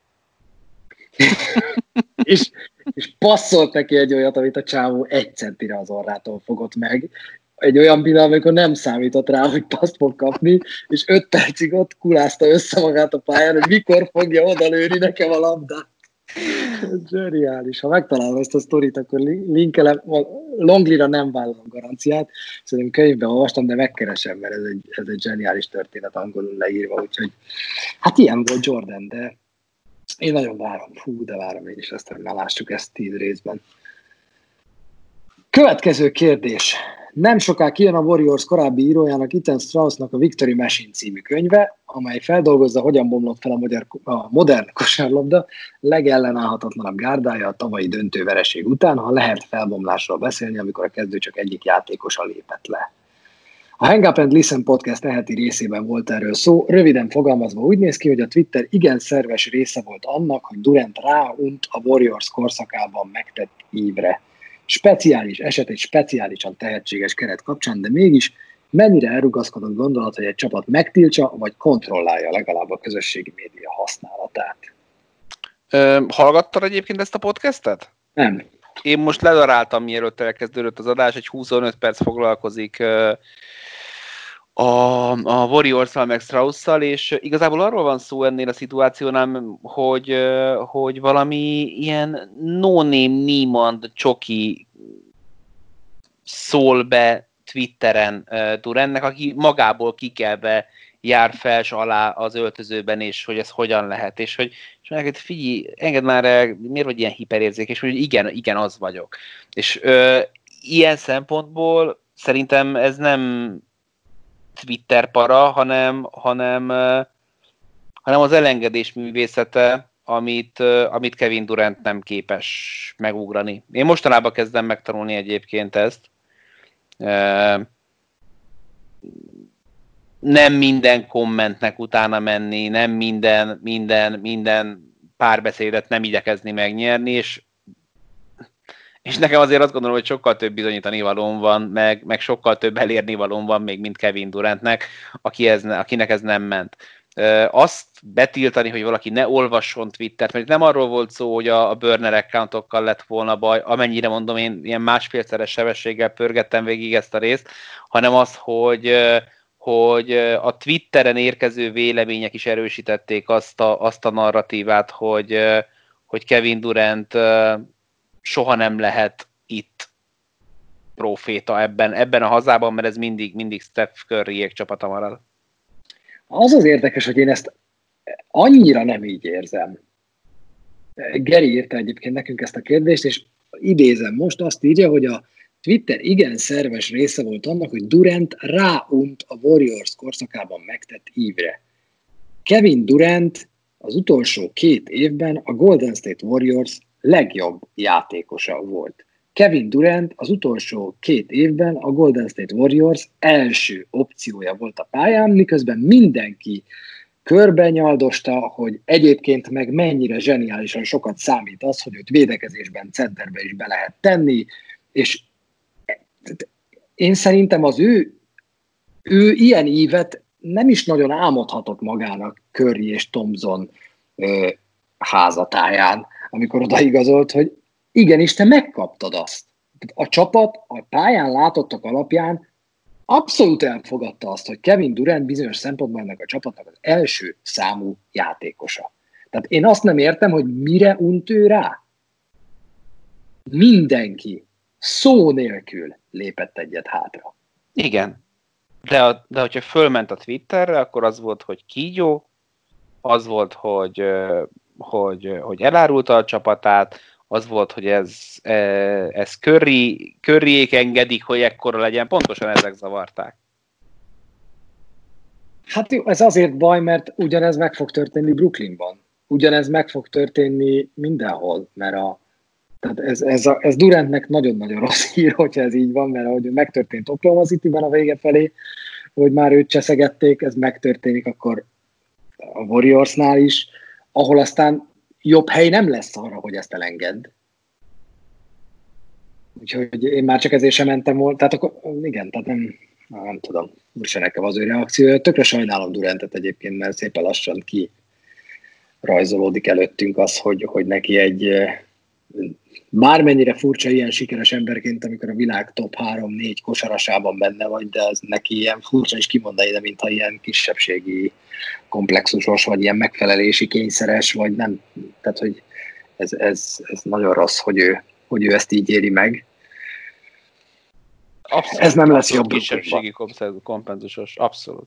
és passzolt neki egy olyat, amit a csávó 1 centire az orrától fogott meg. Egy olyan pillanat, amikor nem számított rá, hogy paszt fog kapni, és 5 percig ott kulázta össze magát a pályán, hogy mikor fogja odalőni nekem a labdát. Zseniális. Ha megtalálom ezt a sztorit, akkor linkelem. Longleyra nem vállalom garanciát. Szerintem könyvben olvastam, de megkeresem, mert ez egy zseniális történet angolul leírva, úgyhogy hát ilyen volt Jordan, de én nagyon várom. De várom én is ezt, hogy lássuk ezt 10 részben. Következő kérdés. Nem soká kijön a Warriors korábbi írójának, Ethan Straussnak a Victory Machine című könyve, amely feldolgozza, hogyan bomlott fel a modern kosárlabda legellenállhatatlanabb gárdája a tavalyi döntővereség után, ha lehet felbomlásról beszélni, amikor a kezdő csak egyik játékosa lépett le. A Hang Up and Listen podcast eheti részében volt erről szó, röviden fogalmazva úgy néz ki, hogy a Twitter igen szerves része volt annak, hogy Durant ráunt a Warriors korszakában megtett ívre. Speciális eset egy speciálisan tehetséges keret kapcsán, de mégis mennyire elrugaszkodott gondolat, hogy egy csapat megtiltsa, vagy kontrollálja legalább a közösségi média használatát. Hallgattad egyébként ezt a podcastet? Nem. Én most ledaráltam, mielőtt elkezdődött az adás, egy 25 perc foglalkozik a Warriors-szal meg Strauss-szal, és igazából arról van szó ennél a szituációnál, hogy valami ilyen no-name, niemand csoki szól be Twitteren Durantnek, aki magából kikelve jár fels alá az öltözőben, és hogy ez hogyan lehet, és neked figyelj, engedd már el, miért vagy ilyen hiperérzékes, és hogy igen, az vagyok. És ilyen szempontból szerintem ez nem Twitter para, hanem az elengedés művészete, amit Kevin Durant nem képes megugrani. Én mostanában kezdem megtanulni egyébként ezt. Nem minden kommentnek utána menni, nem minden párbeszédet nem igyekezni megnyerni, és nekem azért azt gondolom, hogy sokkal több bizonyítani valóm van, meg sokkal több elérni valóm van még, mint Kevin Durantnek, akinek ez nem ment. Azt betiltani, hogy valaki ne olvasson Twittert, mert nem arról volt szó, hogy a burner accountokkal lett volna baj, amennyire mondom, én ilyen másfélszeres sebességgel pörgettem végig ezt a részt, hanem az, hogy a Twitteren érkező vélemények is erősítették azt a narratívát, hogy Kevin Durant soha nem lehet itt proféta ebben a hazában, mert ez mindig Steph Curryék csapata marad. Az az érdekes, hogy én ezt annyira nem így érzem. Geri írta egyébként nekünk ezt a kérdést, és idézem most, azt írja, hogy a Twitter igen szerves része volt annak, hogy Durant ráunt a Warriors korszakában megtett ívre. Kevin Durant az utolsó 2 évben a Golden State Warriors legjobb játékosa volt. Kevin Durant az utolsó 2 évben a Golden State Warriors első opciója volt a pályán, miközben mindenki körbenyaldosta, hogy egyébként meg mennyire zseniálisan sokat számít az, hogy őt védekezésben, centerbe is be lehet tenni, és én szerintem az ő ilyen ívet nem is nagyon álmodhatott magának Curry és Thompson házatáján, amikor odaigazolt, hogy igenis, te megkaptad azt. A csapat a pályán látottak alapján abszolút elfogadta azt, hogy Kevin Durant bizonyos szempontból ennek a csapatnak az első számú játékosa. Tehát én azt nem értem, hogy mire unt ő rá. Mindenki szó nélkül lépett egyet hátra. Igen. De hogyha fölment a Twitterre, akkor az volt, hogy kígyó, az volt, hogy elárulta a csapatát, az volt, hogy ez Curryék engedik, hogy ekkora legyen, pontosan ezek zavarták. Hát jó, ez azért baj, mert ugyanez meg fog történni Brooklynban. Ugyanez meg fog történni mindenhol, mert tehát ez Durantnek nagyon-nagyon rossz hír, hogyha ez így van, mert ahogy megtörtént Oklahoma Cityben a vége felé, hogy már őt cseszegették, ez megtörténik akkor a Warriorsnál is, ahol aztán jobb hely nem lesz arra, hogy ezt elengedd. Úgyhogy én már csak ezért sem mentem volna. Tehát akkor igen, tehát nem tudom, úgyse nekem az ő reakciója. Tökre sajnálom Durantet egyébként, mert szépen lassan kirajzolódik előttünk az, hogy neki egy bármennyire furcsa ilyen sikeres emberként, amikor a világ top 3-4 kosarasában benne vagy, de az neki ilyen furcsa is kimondani, de mintha ilyen kisebbségi komplexusos, vagy ilyen megfelelési kényszeres, vagy nem. Tehát, hogy ez nagyon rossz, hogy ő ezt így éri meg. Abszolút, ez nem lesz jobb kisebbségi kompenzusos, abszolút.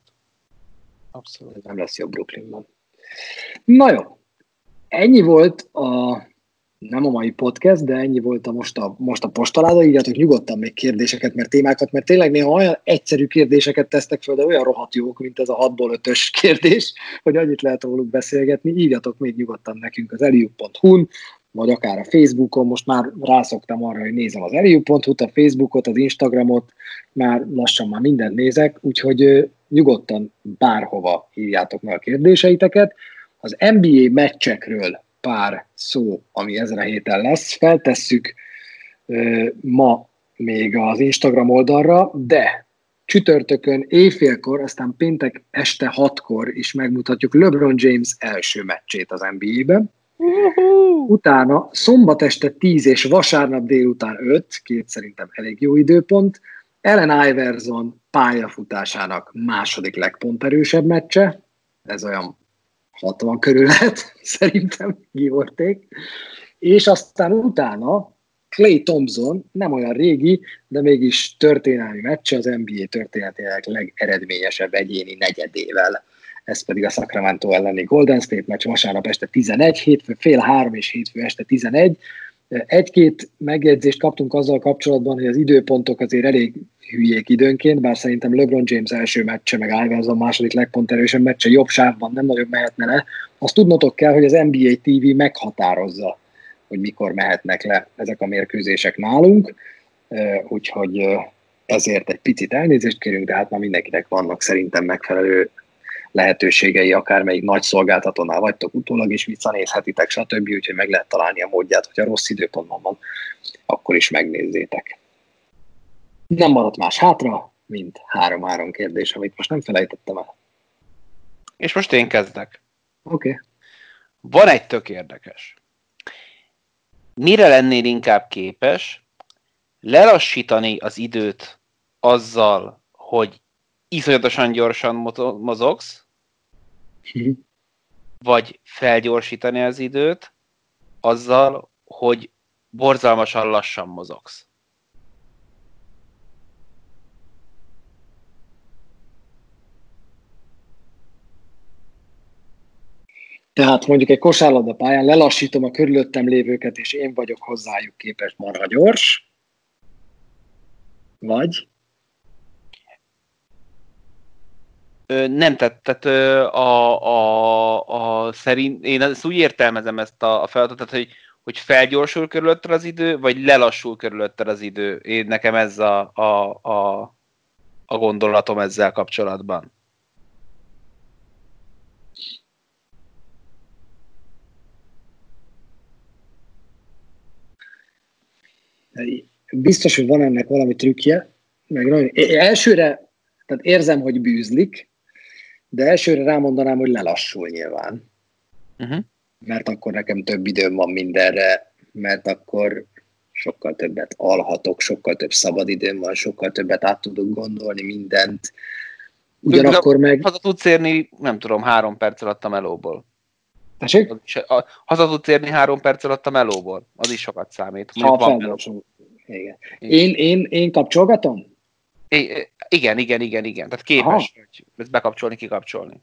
Ez nem lesz jobb Brooklynban. Na jó, ennyi volt nem a mai podcast, de ennyi volt most a postaláda, írjátok nyugodtan még kérdéseket, mert témákat, mert tényleg néha olyan egyszerű kérdéseket tesztek föl, de olyan rohadt jók, mint ez a 6-ból 5-ös kérdés, hogy annyit lehet róluk beszélgetni. Írjatok még nyugodtan nekünk az eliup.hu-n, vagy akár a Facebookon, most már rászoktam arra, hogy nézem az eliup.hu-t, a Facebookot, az Instagramot, már lassan már mindent nézek, úgyhogy nyugodtan bárhova írjátok meg a kérdéseiteket. Az NBA meccsekről pár szó, ami ezen a héten lesz. Feltesszük ma még az Instagram oldalra, de csütörtökön éjfélkor, aztán péntek este 6-kor is megmutatjuk LeBron James első meccsét az NBA-ben. Utána szombat este 10 és vasárnap délután 5, szerintem elég jó időpont, Allen Iverson pályafutásának második legponterősebb meccse, ez olyan 60 körül lehet, szerintem, give or take. És aztán utána Klay Thompson, nem olyan régi, de mégis történelmi meccse az NBA történetének legeredményesebb egyéni negyedével. Ez pedig a Sacramento elleni Golden State meccs vasárnap este 11, hétfő fél 3 és hétfő este 11. Egy-két megjegyzést kaptunk azzal kapcsolatban, hogy az időpontok azért elég hülyék időnként, bár szerintem LeBron James első meccse, meg Iverson második legponterősebb meccse jobb sávban nem nagyon mehetne le. Azt tudnotok kell, hogy az NBA TV meghatározza, hogy mikor mehetnek le ezek a mérkőzések nálunk, úgyhogy ezért egy picit elnézést kérünk, de hát már mindenkinek vannak szerintem megfelelő lehetőségei, akármelyik nagy szolgáltatónál vagytok, utólag is visszanézhetitek, stb., úgyhogy meg lehet találni a módját, hogyha rossz időpontban van, akkor is megnézzétek. Nem maradt más hátra, mint 3-3 kérdés, amit most nem felejtettem el. És most én kezdek. Oké. Van egy tök érdekes. Mire lennél inkább képes lelassítani az időt azzal, hogy iszonyatosan gyorsan mozogsz, vagy felgyorsítani az időt azzal, hogy borzalmasan lassan mozogsz? Tehát mondjuk egy kosárlabda pályán lelassítom a körülöttem lévőket, és én vagyok hozzájuk képest marha gyors. Vagy? Nem, tehát szerint, én ezt úgy értelmezem ezt a feladatot, hogy felgyorsul körülötted az idő, vagy lelassul körülötted az idő. Én nekem ez a gondolatom ezzel kapcsolatban. Biztos, hogy van ennek valami trükkje. Meg nagyon, elsőre, tehát érzem, hogy bűzlik, de elsőre rámondanám, hogy lelassul nyilván. Mert akkor nekem több időm van mindenre, mert akkor sokkal többet alhatok, sokkal több szabadidőm van, sokkal többet át tudok gondolni mindent. Ugyanakkor meg... Haza tudsz érni, nem tudom, 3 perc alatt a melóból. Tessék? Haza tudsz érni 3 perc alatt a melóból. Az is sokat számít. Ha felgyorsul. Igen. Én kapcsolgatom? Igen. Tehát képes vagy ezt bekapcsolni, kikapcsolni.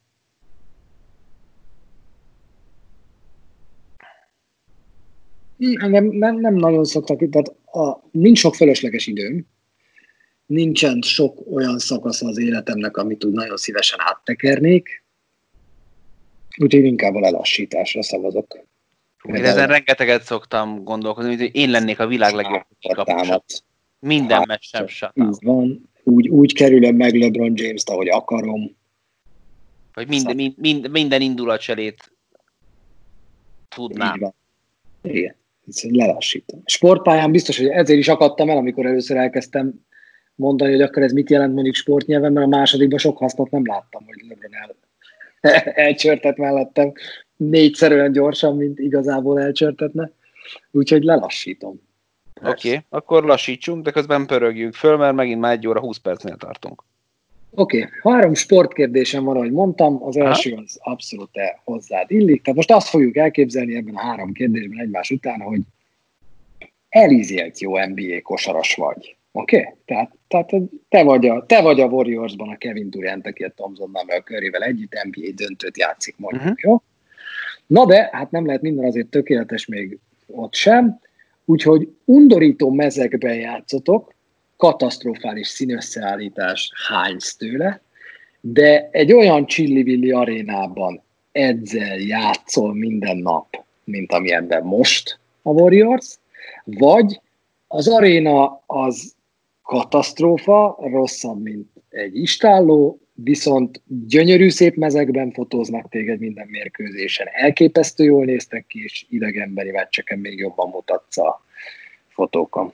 Nem nagyon szoktak, tehát nincs sok fölösleges időm, nincsen sok olyan szakasz az életemnek, amit úgy nagyon szívesen áttekernék, úgyhogy inkább a lelassításra szavazok. Én ezen rengeteget szoktam gondolkozni, hogy én lennék a világ legjobb kikapcsoló. Minden meccsen shutdown. Van, úgy kerülöm meg LeBron James-t, ahogy akarom. Vagy minden indulatcselét tudnám. Így van. Igen. Lelassítom. Sportpályán biztos, hogy ezért is akadtam el, amikor először elkezdtem mondani, hogy akkor ez mit jelent mondjuk sportnyelven, mert a másodikban sok hasznot nem láttam, hogy LeBron elcsörtet mellettem 4-szer olyan gyorsan, mint igazából elcsörtetne. Úgyhogy lelassítom. Oké, akkor lassítsunk, de közben pörögjünk föl, mert megint már 1 óra 20 percnél tartunk. Oké, 3 sportkérdésem van, ahogy mondtam, az első az abszolút hozzád illik. Tehát most azt fogjuk elképzelni ebben a 3 kérdésben egymás után, hogy elizélt jó NBA kosaras vagy. Oké? Tehát te vagy a Warriorsban a Kevin Durant, aki a Thompsonnal, meg a Curryvel együtt NBA döntőt játszik mondjuk, jó? Na de, hát nem lehet minden azért tökéletes még ott sem, úgyhogy undorító mezekben játszotok, katasztrofális színösszeállítás hánysz tőle, de egy olyan csillivilli arénában edzel, játszol minden nap, mint amilyenben most a Warriors, vagy az aréna az katasztrófa, rosszabb, mint egy istálló, viszont gyönyörű szép mezekben fotóznak téged minden mérkőzésen. Elképesztő jól néztek ki, és idegenbeli meccseken még jobban mutatsz a fotókon.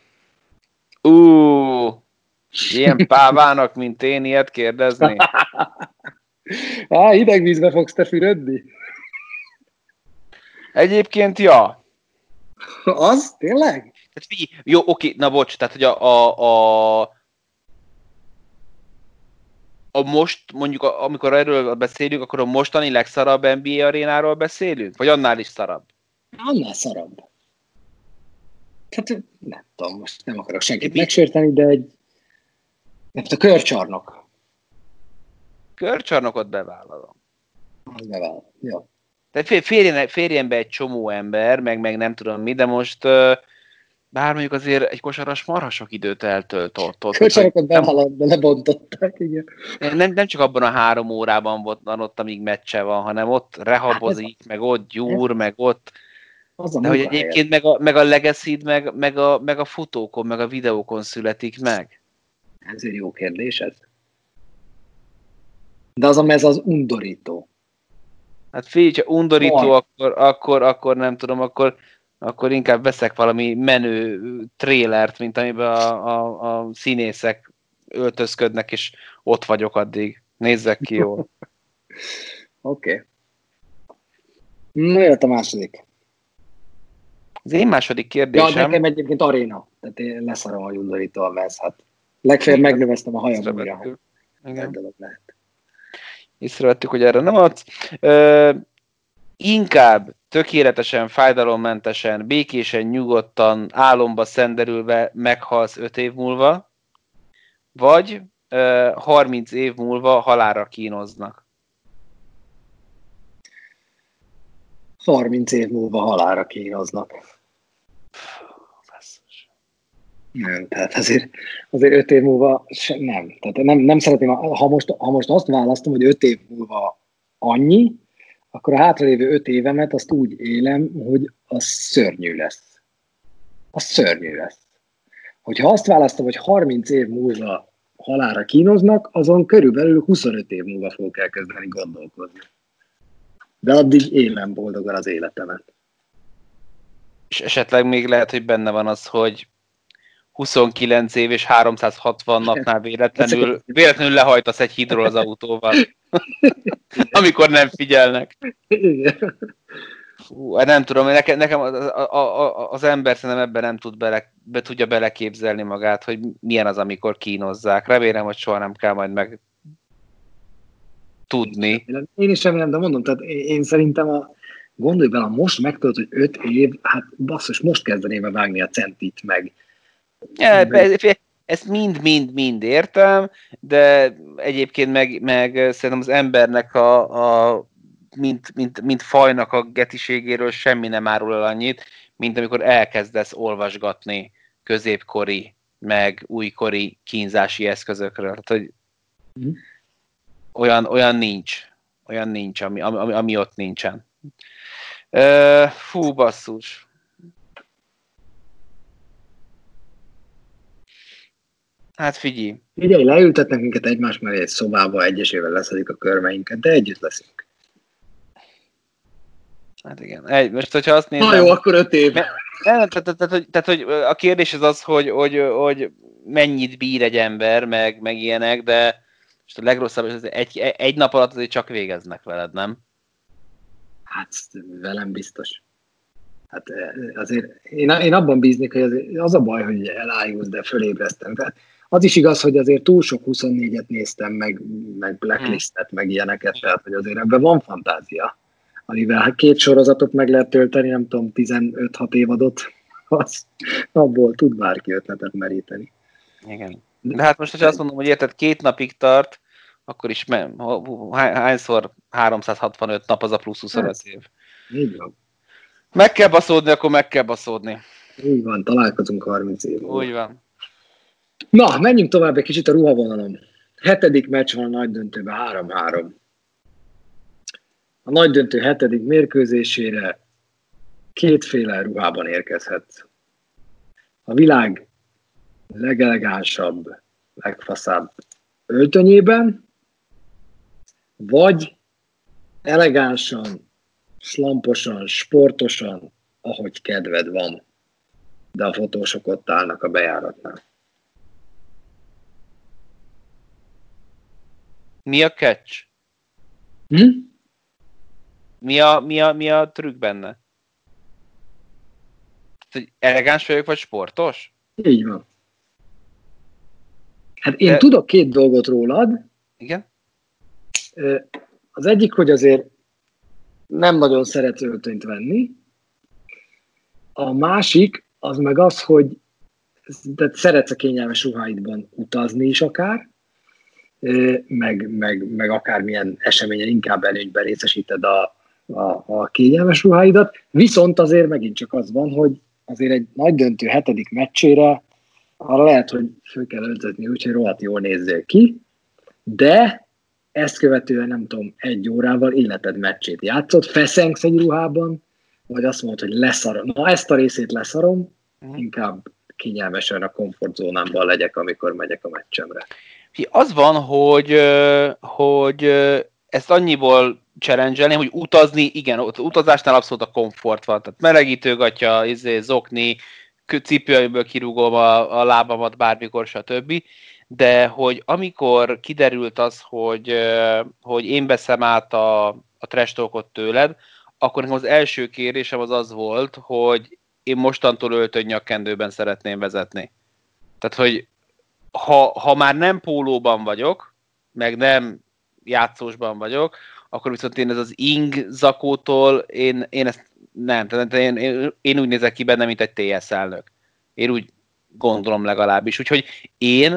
Ilyen pávának, mint én, ilyet kérdezni? Hideg vízbe fogsz te fürödni? Egyébként, ja. Az? Tényleg? Jó, oké, na bocs, tehát hogy a most, mondjuk amikor erről beszélünk, akkor a mostani legszarabb NBA arénáról beszélünk? Vagy annál is szarabb? Annál szarabb. Tehát nem tudom, most nem akarok senkit megsérteni, de a körcsarnok. Körcsarnokot bevállalom. Az bevállalom, jó. Tehát férjen be egy csomó ember, meg nem tudom mi, de most bár mondjuk azért egy kosaras marha sok időt eltölt ott. Körcsarokat bevállalom, de lebontották, igen. Nem csak abban a 3 órában van ott, amíg meccse van, hanem ott rehabozik, meg ott gyúr, meg ott. De hogy egyébként meg a legacy-d, meg a fotókon, meg a videókon születik meg. Ezért jó kérdés ez. De ez az undorító. Hát figyelj, ha undorító, akkor nem tudom, akkor inkább veszek valami menő trélert, mint amiben a színészek öltözködnek, és ott vagyok addig. Nézzek ki jól. Oké. Na, jött a második. Az én második kérdésem... Ja, nekem egyébként aréna. Tehát én leszarom a undorító, mert hát legfeljebb megnöveztem a hajam újra. Igen. Észrevettük, hogy erre nem adsz. Inkább tökéletesen, fájdalommentesen, békésen, nyugodtan, álomba szenderülve meghalsz 5 év múlva, vagy 30 év múlva halálra kínoznak. 30 év múlva halálra kínoznak. Nem, tehát azért 5 év múlva nem. Tehát nem szeretném, ha most azt választom, hogy 5 év múlva annyi, akkor a hátralévő 5 évemet azt úgy élem, hogy az szörnyű lesz. Az szörnyű lesz. Hogyha azt választom, hogy 30 év múlva halálra kínoznak, azon körülbelül 25 év múlva fogok elkezdeni gondolkozni. De addig élem boldogan az életemet. És esetleg még lehet, hogy benne van az, hogy 29 év és 360 napnál véletlenül lehajtasz egy hídról az autóval. Amikor nem figyelnek. Igen. Fú, nem tudom, nekem az ember szerintem ebben nem tudja beleképzelni magát, hogy milyen az, amikor kínozzák. Remélem, hogy soha nem kell majd meg tudni. Én is remélem, de mondom, tehát én szerintem gondolj bele, most megtudod, hogy 5 év, hát basszus, most kezdeném vágni a centit meg. Ezt mind értem, de egyébként meg szerintem az embernek mint fajnak a getiségéről semmi nem árul el annyit, mint amikor elkezdesz olvasgatni középkori, meg újkori kínzási eszközökről. Tehát, hogy olyan nincs, ami ott nincsen. Fú, basszus. Hát figyelj. Figyelj, leültetnek minket egymás mellé egy szobába, egyesével leszedik a körmeinket, de együtt leszünk. Hát igen. Most, hogyha azt nézem... Na jó, akkor 5 év. Tehát, hogy a kérdés az, hogy mennyit bír egy ember, meg ilyenek, de most a legrosszabb, hogy egy nap alatt azért csak végeznek veled, nem? Hát velem biztos. Hát azért én abban bíznék, hogy az a baj, hogy elájulsz, de fölébreztem. Tehát az is igaz, hogy azért túl sok 24-et néztem, meg Blacklistet, meg ilyeneket, tehát hogy azért ebben van fantázia, amivel 2 sorozatot meg lehet tölteni, nem tudom, 15-6 évadot, abból tud bárki ötletet meríteni. Igen. De hát most, hogyha azt mondom, hogy érted, 2 napig tart, akkor is hányszor 365 nap az a plusz 25 év. Így van. Meg kell baszódni, akkor meg kell baszódni. Úgy van, találkozunk 30 év. Úgy van. Na, menjünk tovább egy kicsit a ruhavonalon. 7. meccs van a nagy döntőben, 3-3. A nagy döntő 7. mérkőzésére 2 ruhában érkezhet. A világ legelegánsabb, legfaszább öltönyében, vagy elegánsan, slamposan, sportosan, ahogy kedved van, de a fotósok ott állnak a bejáratnál. Mi a catch? Mi a trükk benne? Hogy elegáns vagyok, vagy sportos? Így van. Hát én tudok 2 dolgot rólad. Igen? Az egyik, hogy azért nem nagyon szeretsz öltönyt venni. A másik, az meg az, hogy szeretsz a kényelmes ruháidban utazni is akár, meg akármilyen eseményen inkább előnyben részesíted a kényelmes ruháidat. Viszont azért megint csak az van, hogy azért egy nagy döntő 7. meccsére arra lehet, hogy föl kell öltözni úgy, hogy rohadt jól nézzél ki, de ezt követően nem tudom, 1 órával életed meccsét játszott, feszengsz egy ruhában, vagy azt mondod, hogy leszarom. Na, ezt a részét leszarom, inkább kényelmesen a komfortzónámban legyek, amikor megyek a meccsemre. Az van, hogy ezt annyiból challenge-elném, hogy utazni, igen, utazásnál abszolút a komfort van. Tehát melegítőgatya, zokni, cipőimből kirúgom a lábamat bármikor, stb. De hogy amikor kiderült az, hogy én veszem át a trash talkot tőled, akkor nekem az első kérésem az volt, hogy én mostantól öltönynyakkendőben szeretném vezetni. Tehát, hogy ha már nem pólóban vagyok, meg nem játszósban vagyok, akkor viszont én ez az ing zakótól, én ezt nem. Tehát én úgy nézek ki benne, mint egy TS elnök. Én úgy gondolom legalábbis. Úgyhogy én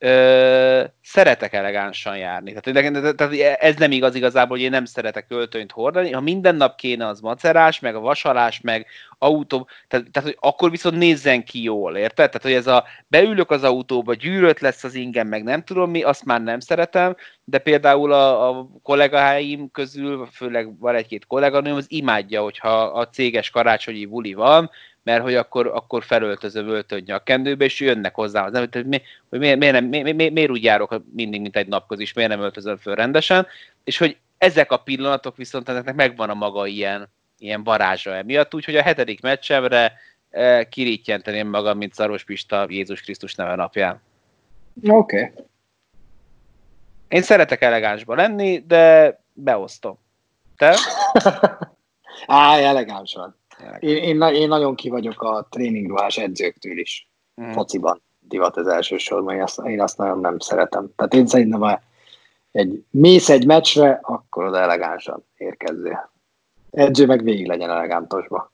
szeretek elegánsan járni. Tehát ez nem igaz igazából, hogy én nem szeretek öltönyt hordani. Ha minden nap kéne, az macerás, meg a vasalás, meg autó, tehát hogy akkor viszont nézzen ki jól, érted? Tehát, hogy ez a beülök az autóba, gyűrött lesz az ingem, meg nem tudom mi, azt már nem szeretem, de például a kollégáim közül, főleg van egy-két kolléganőm, az imádja, hogyha a céges karácsonyi buli van, mert hogy akkor felöltözöm öltönnyakendőbe, és jönnek hozzám. Hogy miért úgy járok mindig, mint egy napközis, miért nem öltözöm föl rendesen, és hogy ezek a pillanatok viszont ennek megvan a maga ilyen varázsa emiatt, úgyhogy a 7. meccsemre kirítjenteném magam, mint Szaros Pista Jézus Krisztus neve napján. Oké. Én szeretek elegánsba lenni, de beosztom. Te? Elegánsan. Én nagyon ki vagyok a tréningruhás edzőktől is. Fociban divat ez elsősorban, én azt nagyon nem szeretem. Tehát én szerintem, ha mész egy meccsre, akkor oda elegánsan érkezzél. Edző meg végig legyen elegántosba.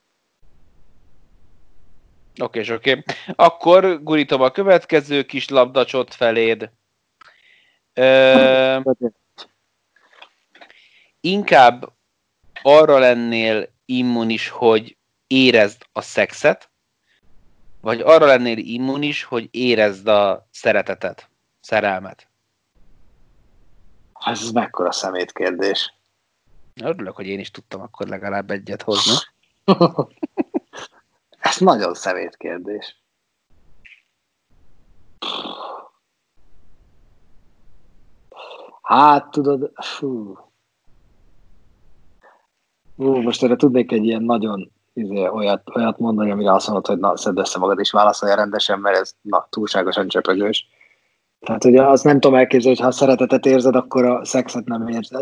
Oké. Akkor gurítom a következő kis labdacsot feléd. Inkább arra lennél immunis, hogy érezd a szexet, vagy arra lennél immunis, hogy érezd a szeretetet, szerelmet? Ez mekkora szemétkérdés. Örülök, hogy én is tudtam akkor legalább egyet hozni. Ez nagyon szemétkérdés. Hát, tudod, most erre tudnék egy ilyen nagyon olyat mondani, amire azt mondod, hogy na, szedd össze magad és válaszolja rendesen, mert ez túlságosan csöpögős. Tehát ugye azt nem tudom elképzelni, hogy ha a szeretetet érzed, akkor a szexet nem érzed.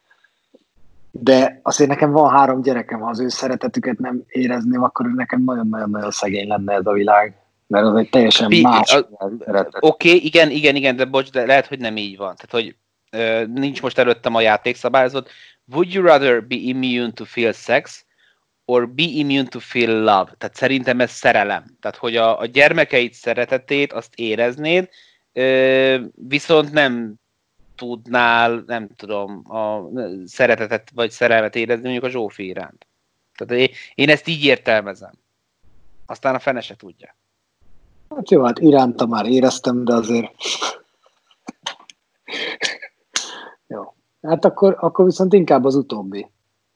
De azért nekem van 3 gyerekem, ha az ő szeretetüket nem érezném, akkor nekem nagyon-nagyon szegény lenne ez a világ. Mert az egy teljesen más szeretet. Oké, igen, de bocs, de lehet, hogy nem így van. Tehát, hogy nincs most előttem a játékszabályzat. Would you rather be immune to feel sex, or be immune to feel love? Tehát szerintem ez szerelem. Tehát, hogy a gyermekeid szeretetét azt éreznéd, viszont nem tudnál, nem tudom, a szeretetet vagy szerelmet érezni mondjuk a Zsófi iránt. Tehát én ezt így értelmezem. Aztán a fene se tudja. Hát jó, hát iránta már éreztem, de azért... Jó. Hát akkor viszont inkább az utóbbi.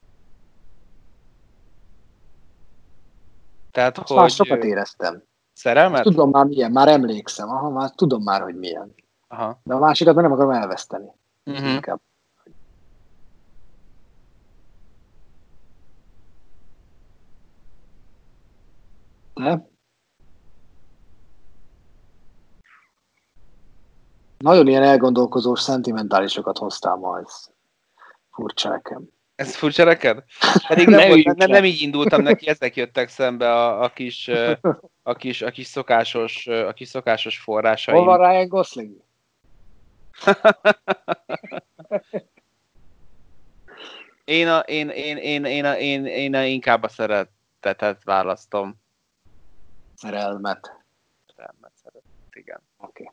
Tehát, hogy... Már sokat éreztem. Szerelmet? Tudom már milyen, már emlékszem. Már tudom már, hogy milyen. Aha. De a másikat már nem akarom elveszteni. Inkább. De? Nagyon ilyen elgondolkozós, szentimentálisokat hoztál ma, ez furcsa nekem. Ez furcsa neked? Pedig nem így indultam neki, ezek jöttek szembe a kis szokásos forrásaim. Hol van Ryan Gosling? Én inkább a szeretetet választom. Szerelmet. Igen. Oké.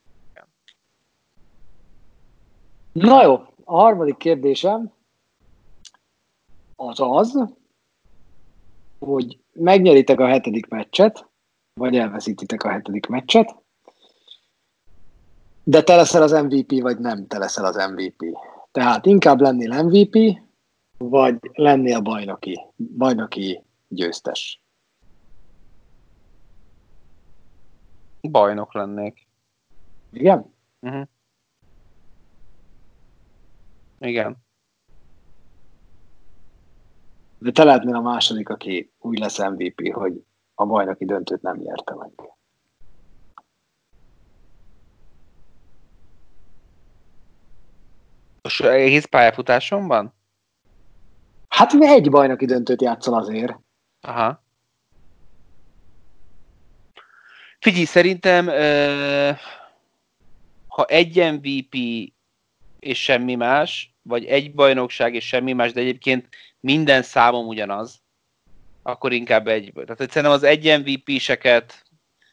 Na jó, a harmadik kérdésem az, hogy megnyeritek a 7. meccset, vagy elveszítitek a 7. meccset, de te leszel az MVP, vagy nem te leszel az MVP. Tehát inkább lennél MVP, vagy lennél bajnoki győztes. Bajnok lennék. Igen? Uh-huh. Igen. De te lehetnél a második, aki úgy lesz MVP, hogy a bajnoki döntőt nem nyerte meg. Most egész pályafutásomban? Hát mi egy bajnoki döntőt játszol azért. Aha. Figyelj, szerintem ha egy MVP és semmi más, vagy egy bajnokság és semmi más, de egyébként minden számom ugyanaz, akkor inkább egy. Tehát szerintem az egy MVP-seket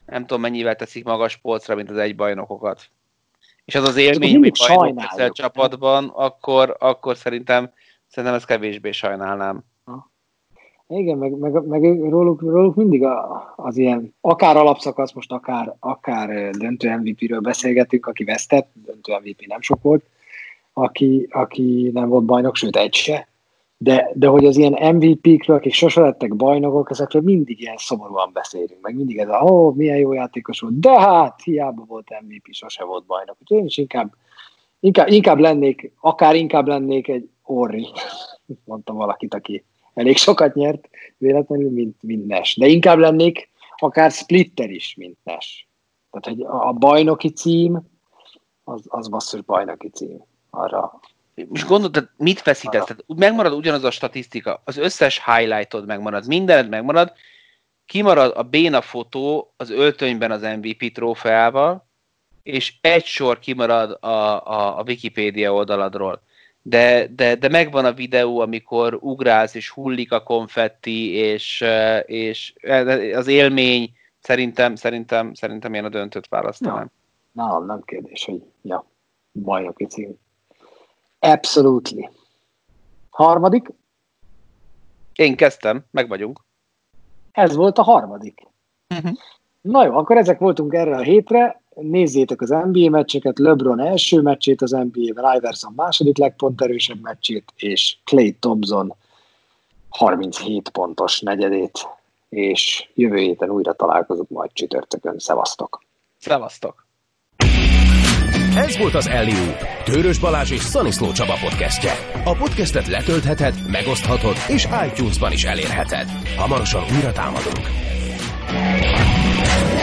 nem tudom mennyivel teszik magas polcra, mint az egy bajnokokat. És az élmény, hogy bajnok leszel csapatban, akkor szerintem ezt kevésbé sajnálnám. Igen, meg róluk mindig az ilyen, akár alapszakasz, most akár döntő MVP-ről beszélgetünk, aki vesztett, döntő MVP nem sok volt, aki nem volt bajnok, sőt egy se, de hogy az ilyen MVP-kről, akik sose lettek bajnokok, ezekről mindig ilyen szomorúan beszélünk, meg mindig ez milyen jó játékos volt, de hát hiába volt MVP, sose volt bajnok. Úgyhogy én is inkább lennék egy Orri, mondtam valakit, aki elég sokat nyert véletlenül, mint Nash. De inkább lennék akár Splitter is, mint Nash. Tehát, hogy a bajnoki cím, az basszus bajnoki cím. Arra. Most gondolod, mit veszítesz? Tehát megmarad ugyanaz a statisztika, az összes highlightod megmarad, mindened megmarad, kimarad a béna fotó az öltönyben az MVP trófeával, és egy sor kimarad a Wikipédia oldaladról. De megvan a videó, amikor ugrálsz, és hullik a konfetti, és az élmény, szerintem én a döntőt választanám. Nálam nem kérdés, hogy bajnoki cím. Absolutely. Harmadik? Én kezdtem, meg vagyunk. Ez volt a harmadik. Na jó, akkor ezek voltunk erre a hétre. Nézzétek az NBA meccseket, LeBron első meccsét az NBA-ben, Iverson második legponterősebb meccsét, és Klay Thompson 37 pontos negyedét, és jövő héten újra találkozunk majd csütörtökön. Szevasztok! Szevasztok! Ez volt az Alley-oop, Tőrös Balázs és Szaniszló Csaba podcastje. A podcastet letöltheted, megoszthatod, és iTunes-ban is elérheted. Hamarosan újra támadunk.